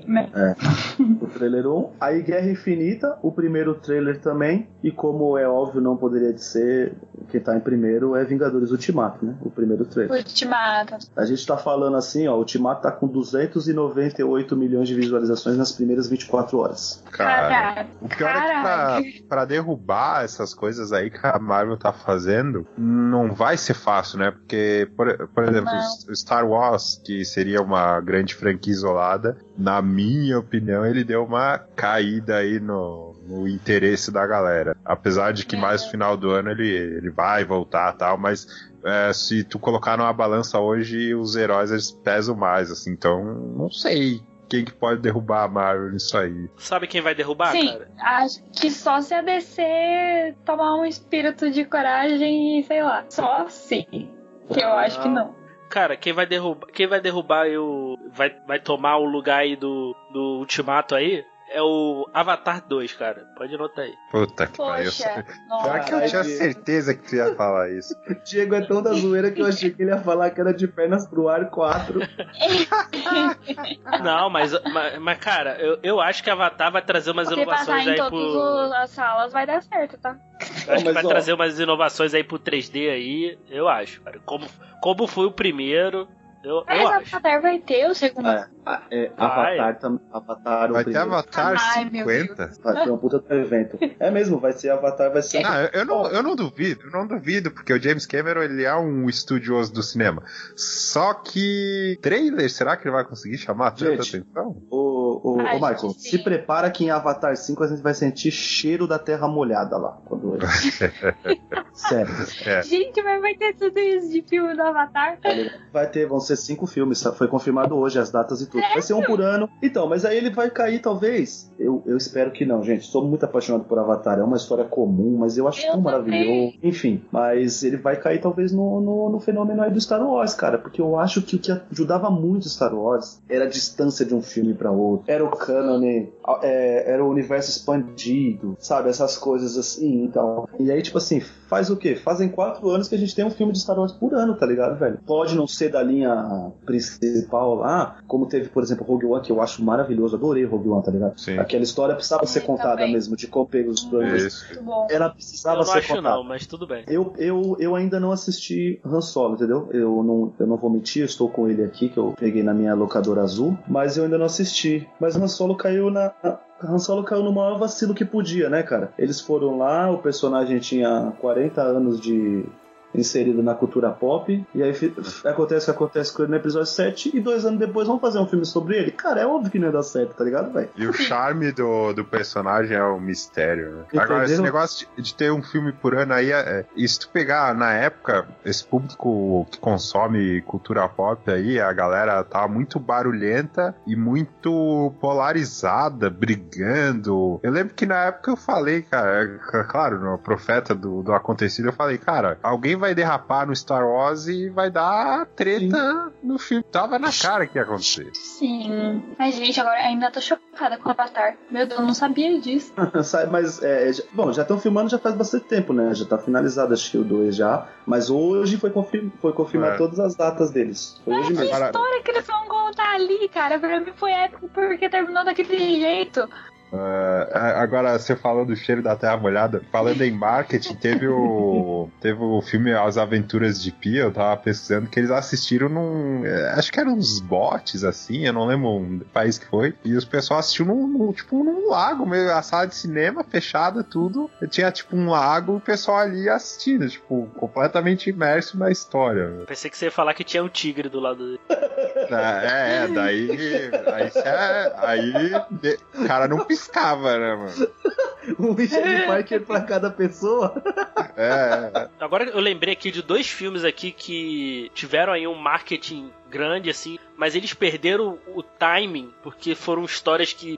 O trailer 1. Aí Guerra Infinita, o primeiro trailer também. E como é óbvio, não poderia ser, quem tá em primeiro é Vingadores Ultimato, né? O primeiro trailer. Ultimato. A gente tá falando assim, ó, Ultimato tá com 298 milhões de visualizações nas primeiras 24 horas. Cara, o pior é que pra derrubar essas coisas aí que a Marvel tá fazendo, não vai ser fácil, né? Porque, por exemplo, Star Wars, que seria uma grande franquia isolada, na minha opinião, ele deu uma caída aí no interesse da galera. Apesar de que mais no final do ano ele vai voltar e tal, mas se tu colocar numa balança hoje, os heróis eles pesam mais, assim, então não sei quem que pode derrubar a Marvel nisso aí. Sabe quem vai derrubar, Sim, cara? Acho que só se a DC tomar um espírito de coragem e sei lá. Só assim. Que eu acho que não. Cara, quem vai derrubar vai tomar o lugar aí do Ultimato aí é o Avatar 2, cara. Pode anotar aí. Puta que pariu. Será que eu tinha certeza que tu ia falar isso? O Diego é tão da zoeira que eu achei que ele ia falar que era de pernas pro ar 4. Não, mas cara, eu acho que Avatar vai trazer umas inovações aí pro... Se passar em todas as salas vai dar certo, tá? Acho que vai trazer umas inovações aí pro 3D aí, eu acho, cara. Como foi o primeiro... Eu Mas acho. Avatar vai ter o segundo. Avatar o Vai ter primeiro. Avatar Ai, meu 50? Vai ter um puta do evento. É mesmo, vai ser Avatar, vai ser. Eu não duvido, porque o James Cameron ele é um estudioso do cinema. Só que trailer, será que ele vai conseguir chamar tanta atenção? Ô Michael, sim. se prepara que em Avatar 5 a gente vai sentir cheiro da terra molhada lá. Quando Sério. Gente, mas vai ter tudo isso de filme do Avatar? Vão ser 5 filmes, foi confirmado hoje as datas e tudo. Vai ser um por ano. Então, mas aí ele vai cair talvez. Eu espero que não, gente. Sou muito apaixonado por Avatar. É uma história comum, mas eu acho tão maravilhoso. Enfim, mas ele vai cair talvez no fenômeno aí do Star Wars, cara. Porque eu acho que o que ajudava muito Star Wars era a distância de um filme pra outro. Era o cânone, era o universo expandido, sabe? Essas coisas assim, então. E aí, tipo assim, faz o quê? Fazem 4 anos que a gente tem um filme de Star Wars por ano, tá ligado, velho? Pode não ser da linha principal lá, como teve, por exemplo, Rogue One, que eu acho maravilhoso. Adorei Rogue One, tá ligado? Sim. Aquela história precisava ser contada também. mesmo, de como pegou os planos. Muito bom. Ela precisava Eu não ser acho contada. não, mas tudo bem. Eu ainda não assisti Han Solo, entendeu? Eu não vou mentir, eu estou com ele aqui, que eu peguei na minha locadora azul, mas eu ainda não assisti. Mas Han Solo caiu no maior vacilo que podia, né, cara? Eles foram lá, o personagem tinha 40 anos de inserido na cultura pop, e aí acontece o que acontece com ele no episódio 7, e 2 anos depois vão fazer um filme sobre ele. Cara, é óbvio que não ia dar certo, tá ligado, velho? E o charme do personagem é o mistério, né? Entendeu? Agora, esse negócio de ter um filme por ano aí, e se tu pegar, na época, esse público que consome cultura pop aí, a galera tava muito barulhenta e muito polarizada, brigando. Eu lembro que na época eu falei, cara, claro, no Profeta do Acontecido, eu falei, cara, alguém vai derrapar no Star Wars e vai dar treta no filme. Tava na cara que ia acontecer. Sim. Mas, gente, agora ainda tô chocada com o Avatar. Meu Deus, eu não sabia disso. Mas, já estão filmando já faz bastante tempo, né? Já tá finalizado, acho que o 2 já. Mas hoje foi confirmar todas as datas deles. Foi hoje Que mesmo. história que eles vão contar ali, cara? Pra mim foi épico porque terminou daquele jeito. Agora, você falou do cheiro da terra molhada, falando em marketing, teve o filme As Aventuras de Pi, eu tava pesquisando, que eles assistiram acho que eram uns bots, assim, eu não lembro o país que foi, e os pessoal assistiu num lago, meio a sala de cinema fechada, tudo, tinha tipo um lago, o pessoal ali assistindo, tipo, completamente imerso na história. Pensei que você ia falar que tinha um tigre do lado dele. Daí o cara não piscava, né, mano? Um Richard Parker pra cada pessoa. Agora eu lembrei aqui de 2 filmes aqui que tiveram aí um marketing grande, assim, mas eles perderam o timing, porque foram histórias que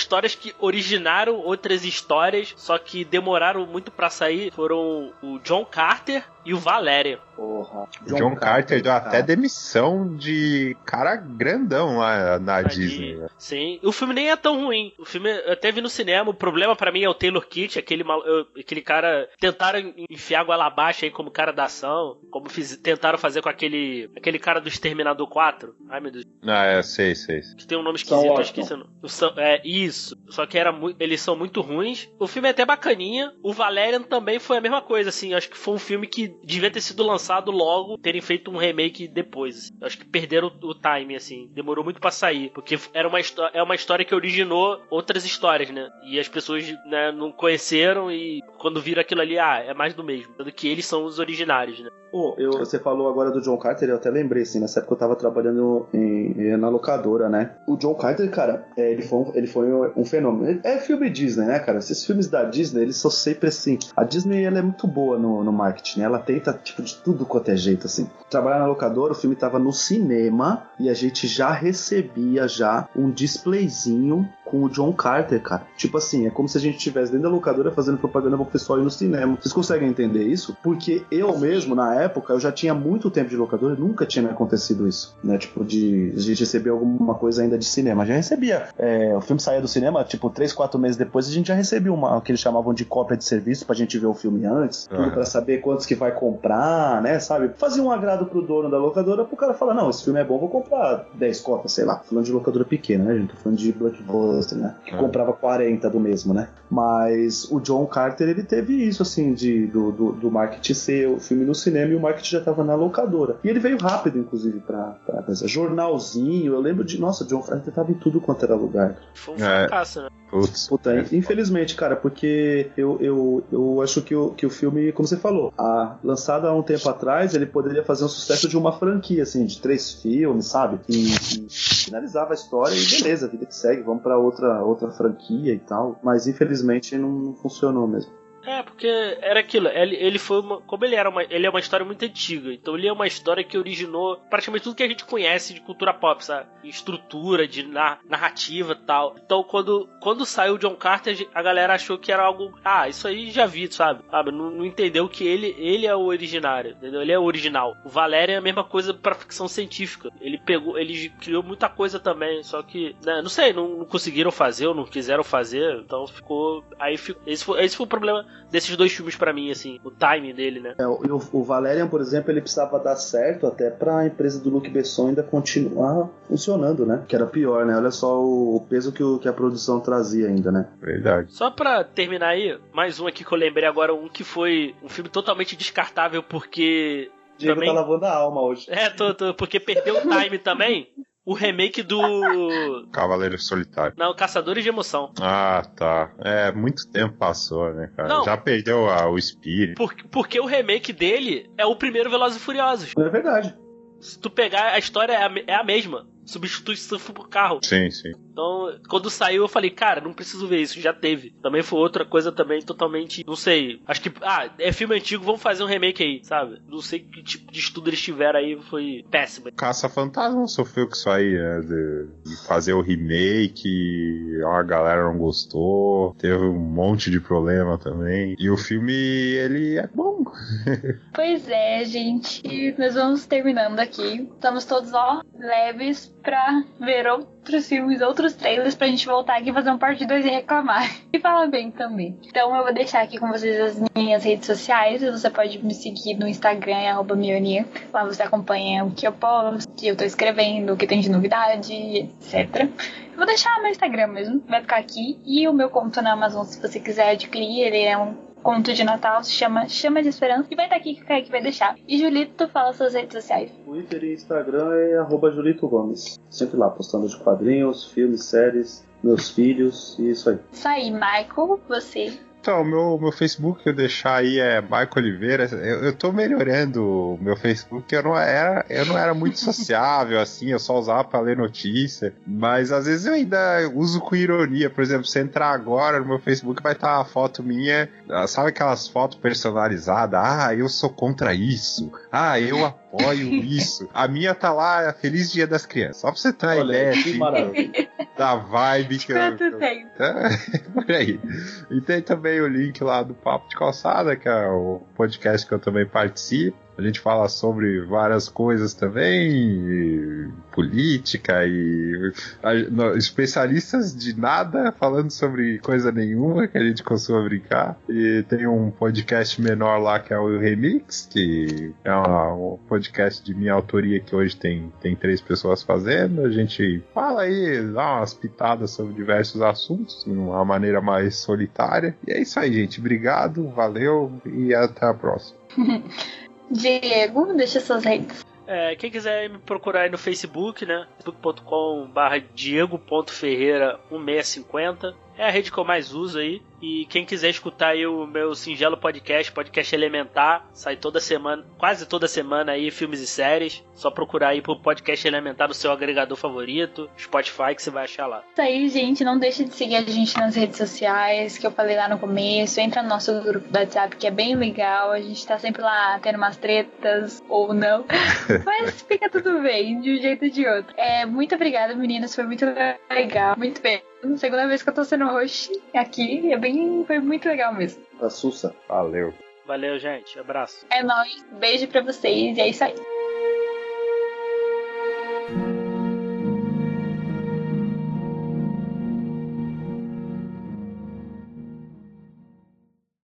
originaram outras histórias, só que demoraram muito pra sair. Foram o John Carter e o Valerian. Porra. John Carter deu até demissão de cara grandão lá na Disney. Né? Sim, o filme nem é tão ruim. O filme eu até vi no cinema. O problema pra mim é o Taylor Kitsch, aquele cara. Tentaram enfiar goela abaixo aí como cara da ação, como tentaram fazer com aquele cara do Exterminador 4. Ai, meu Deus. Sei. Que tem um nome esquisito, eu esqueci o nome. Isso. Só que eles são muito ruins. O filme é até bacaninha. O Valerian também foi a mesma coisa, assim. Acho que foi um filme que devia ter sido lançado logo, terem feito um remake depois. Assim. Acho que perderam o timing, assim. Demorou muito pra sair. Porque é uma história que originou outras histórias, né? E as pessoas, né, não conheceram e quando viram aquilo ali, é mais do mesmo. Tanto que eles são os originários, né? Você falou agora do John Carter, eu até lembrei, assim, nessa época eu tava trabalhando na locadora, né? O John Carter, cara, ele foi um fenômeno. É filme Disney, né, cara? Esses filmes da Disney, eles são sempre assim. A Disney, ela é muito boa no marketing, né? Ela tenta, tipo, de tudo quanto é jeito, assim. Trabalhar na locadora, o filme tava no cinema e a gente já recebia um displayzinho com o John Carter, cara. Tipo assim, é como se a gente estivesse dentro da locadora fazendo propaganda pro pessoal ir no cinema. Vocês conseguem entender isso? Porque eu mesmo, na época, eu já tinha muito tempo de locadora e nunca tinha me acontecido isso, né? Tipo, de a gente receber alguma coisa ainda de cinema. Já recebia. O filme saía do cinema, tipo, 3, 4 meses depois, a gente já recebia o que eles chamavam de cópia de serviço pra gente ver o filme antes, tudo pra saber quantos que vai comprar, né? Sabe? Fazia um agrado pro dono da locadora pro cara falar, não, esse filme é bom, vou comprar 10 cópias, sei lá. Falando de locadora pequena, né, gente? Tô falando de blockbuster, né? Que comprava 40 do mesmo, né? Mas o John Carter, ele teve isso, assim, do marketing ser o filme no cinema e o marketing já tava na locadora. E ele veio rápido, inclusive, pra jornalzinho. Eu lembro de... Nossa, John Carter tava em tudo quanto era lugar. Foi um fracasso, né? Puta, infelizmente, cara, porque eu acho que o filme, como você falou, lançado há um tempo atrás, ele poderia fazer um sucesso de uma franquia, assim, de 3 filmes, sabe? E finalizava a história e beleza, a vida que segue, vamos pra outra franquia e tal. Mas infelizmente não funcionou mesmo. Porque era aquilo, ele foi como ele é uma história muito antiga, então ele é uma história que originou praticamente tudo que a gente conhece de cultura pop, sabe? Estrutura, de narrativa e tal. Então quando saiu o John Carter, a galera achou que era algo, isso aí já vi, sabe? Não entendeu que ele é o originário, entendeu? Ele é o original. O Valério é a mesma coisa pra ficção científica. Ele criou muita coisa também, só que, né, não sei, não conseguiram fazer ou não quiseram fazer, então ficou... Esse foi o problema desses 2 filmes pra mim, assim, o timing dele, né? O Valerian, por exemplo, ele precisava dar certo até pra empresa do Luc Besson ainda continuar funcionando, né? Que era pior, né? Olha só o peso que a produção trazia ainda, né? Verdade. Só pra terminar aí, mais um aqui que eu lembrei agora, um que foi um filme totalmente descartável porque... Diego também... tá lavando a alma hoje. Porque perdeu o time também. O remake do... Cavaleiro Solitário. Não, Caçadores de Emoção. Tá. Muito tempo passou, né, cara? Não. Já perdeu o espírito. Porque o remake dele é o primeiro Velozes e Furiosos. É verdade. Se tu pegar, a história é a mesma. Substitui surf por carro. Sim. Então, quando saiu, eu falei, cara, não preciso ver isso, já teve. Também foi outra coisa também totalmente, não sei. Acho que, é filme antigo, vamos fazer um remake aí, sabe? Não sei que tipo de estudo eles tiveram aí, foi péssimo. Caça-Fantasma sofreu com isso aí, né? De fazer o remake, a galera não gostou, teve um monte de problema também. E o filme, ele é bom. Pois é, gente, nós vamos terminando aqui. Estamos todos, leves pra ver outros filmes, outros trailers, pra gente voltar aqui e fazer um parte 2 e reclamar. E falar bem também. Então eu vou deixar aqui com vocês as minhas redes sociais. Você pode me seguir no Instagram, @Mionir. Lá você acompanha o que eu posto, o que eu tô escrevendo, o que tem de novidade, etc. Eu vou deixar meu Instagram mesmo, vai ficar aqui. E o meu conto na Amazon, se você quiser adquirir, ele é um conto de Natal, se chama Chama de Esperança, e vai estar aqui que o Kaique vai deixar. E Julito, fala suas redes sociais. Twitter e Instagram é @Julito Gomes. Sempre lá, postando de quadrinhos, filmes, séries, meus filhos e isso aí. Isso aí, Michael, você. Então, meu Facebook que eu deixar aí é Michael Oliveira. Eu tô melhorando o meu Facebook, eu não era muito sociável, assim, eu só usava pra ler notícia, mas às vezes eu ainda uso com ironia. Por exemplo, se entrar agora no meu Facebook, vai estar uma foto minha, sabe aquelas fotos personalizadas? Eu sou contra isso, eu apoio isso. A minha tá lá, Feliz Dia das Crianças, só pra você ter uma ideia, assim, da vibe que Quanto tempo? Por aí. E tem também o link lá do Papo de Calçada, que é o podcast que eu também participo. A gente fala sobre várias coisas também, e política e especialistas de nada falando sobre coisa nenhuma, que a gente costuma brincar. E tem um podcast menor lá que é o Remix, que é um podcast de minha autoria que hoje tem 3 pessoas fazendo. A gente fala aí, dá umas pitadas sobre diversos assuntos de uma maneira mais solitária. E é isso aí, gente. Obrigado, valeu e até a próxima. Diego, deixa suas redes. Quem quiser me procurar aí no Facebook, né? facebook.com/diego.ferreira1650. É a rede que eu mais uso aí. E quem quiser escutar aí o meu singelo podcast Elementar, sai toda semana, quase toda semana aí, filmes e séries. Só procurar aí pro Podcast Elementar no seu agregador favorito, Spotify, que você vai achar lá. Isso aí, gente. Não deixe de seguir a gente nas redes sociais, que eu falei lá no começo. Entra no nosso grupo do WhatsApp, que é bem legal. A gente tá sempre lá tendo umas tretas, ou não. Mas fica tudo bem, de um jeito ou de outro. Muito obrigada, meninas. Foi muito legal. Muito bem. Segunda vez que eu tô sendo host aqui, foi muito legal mesmo. Tá sussa. Valeu. Valeu, gente. Abraço. É nóis. Beijo pra vocês e é isso aí.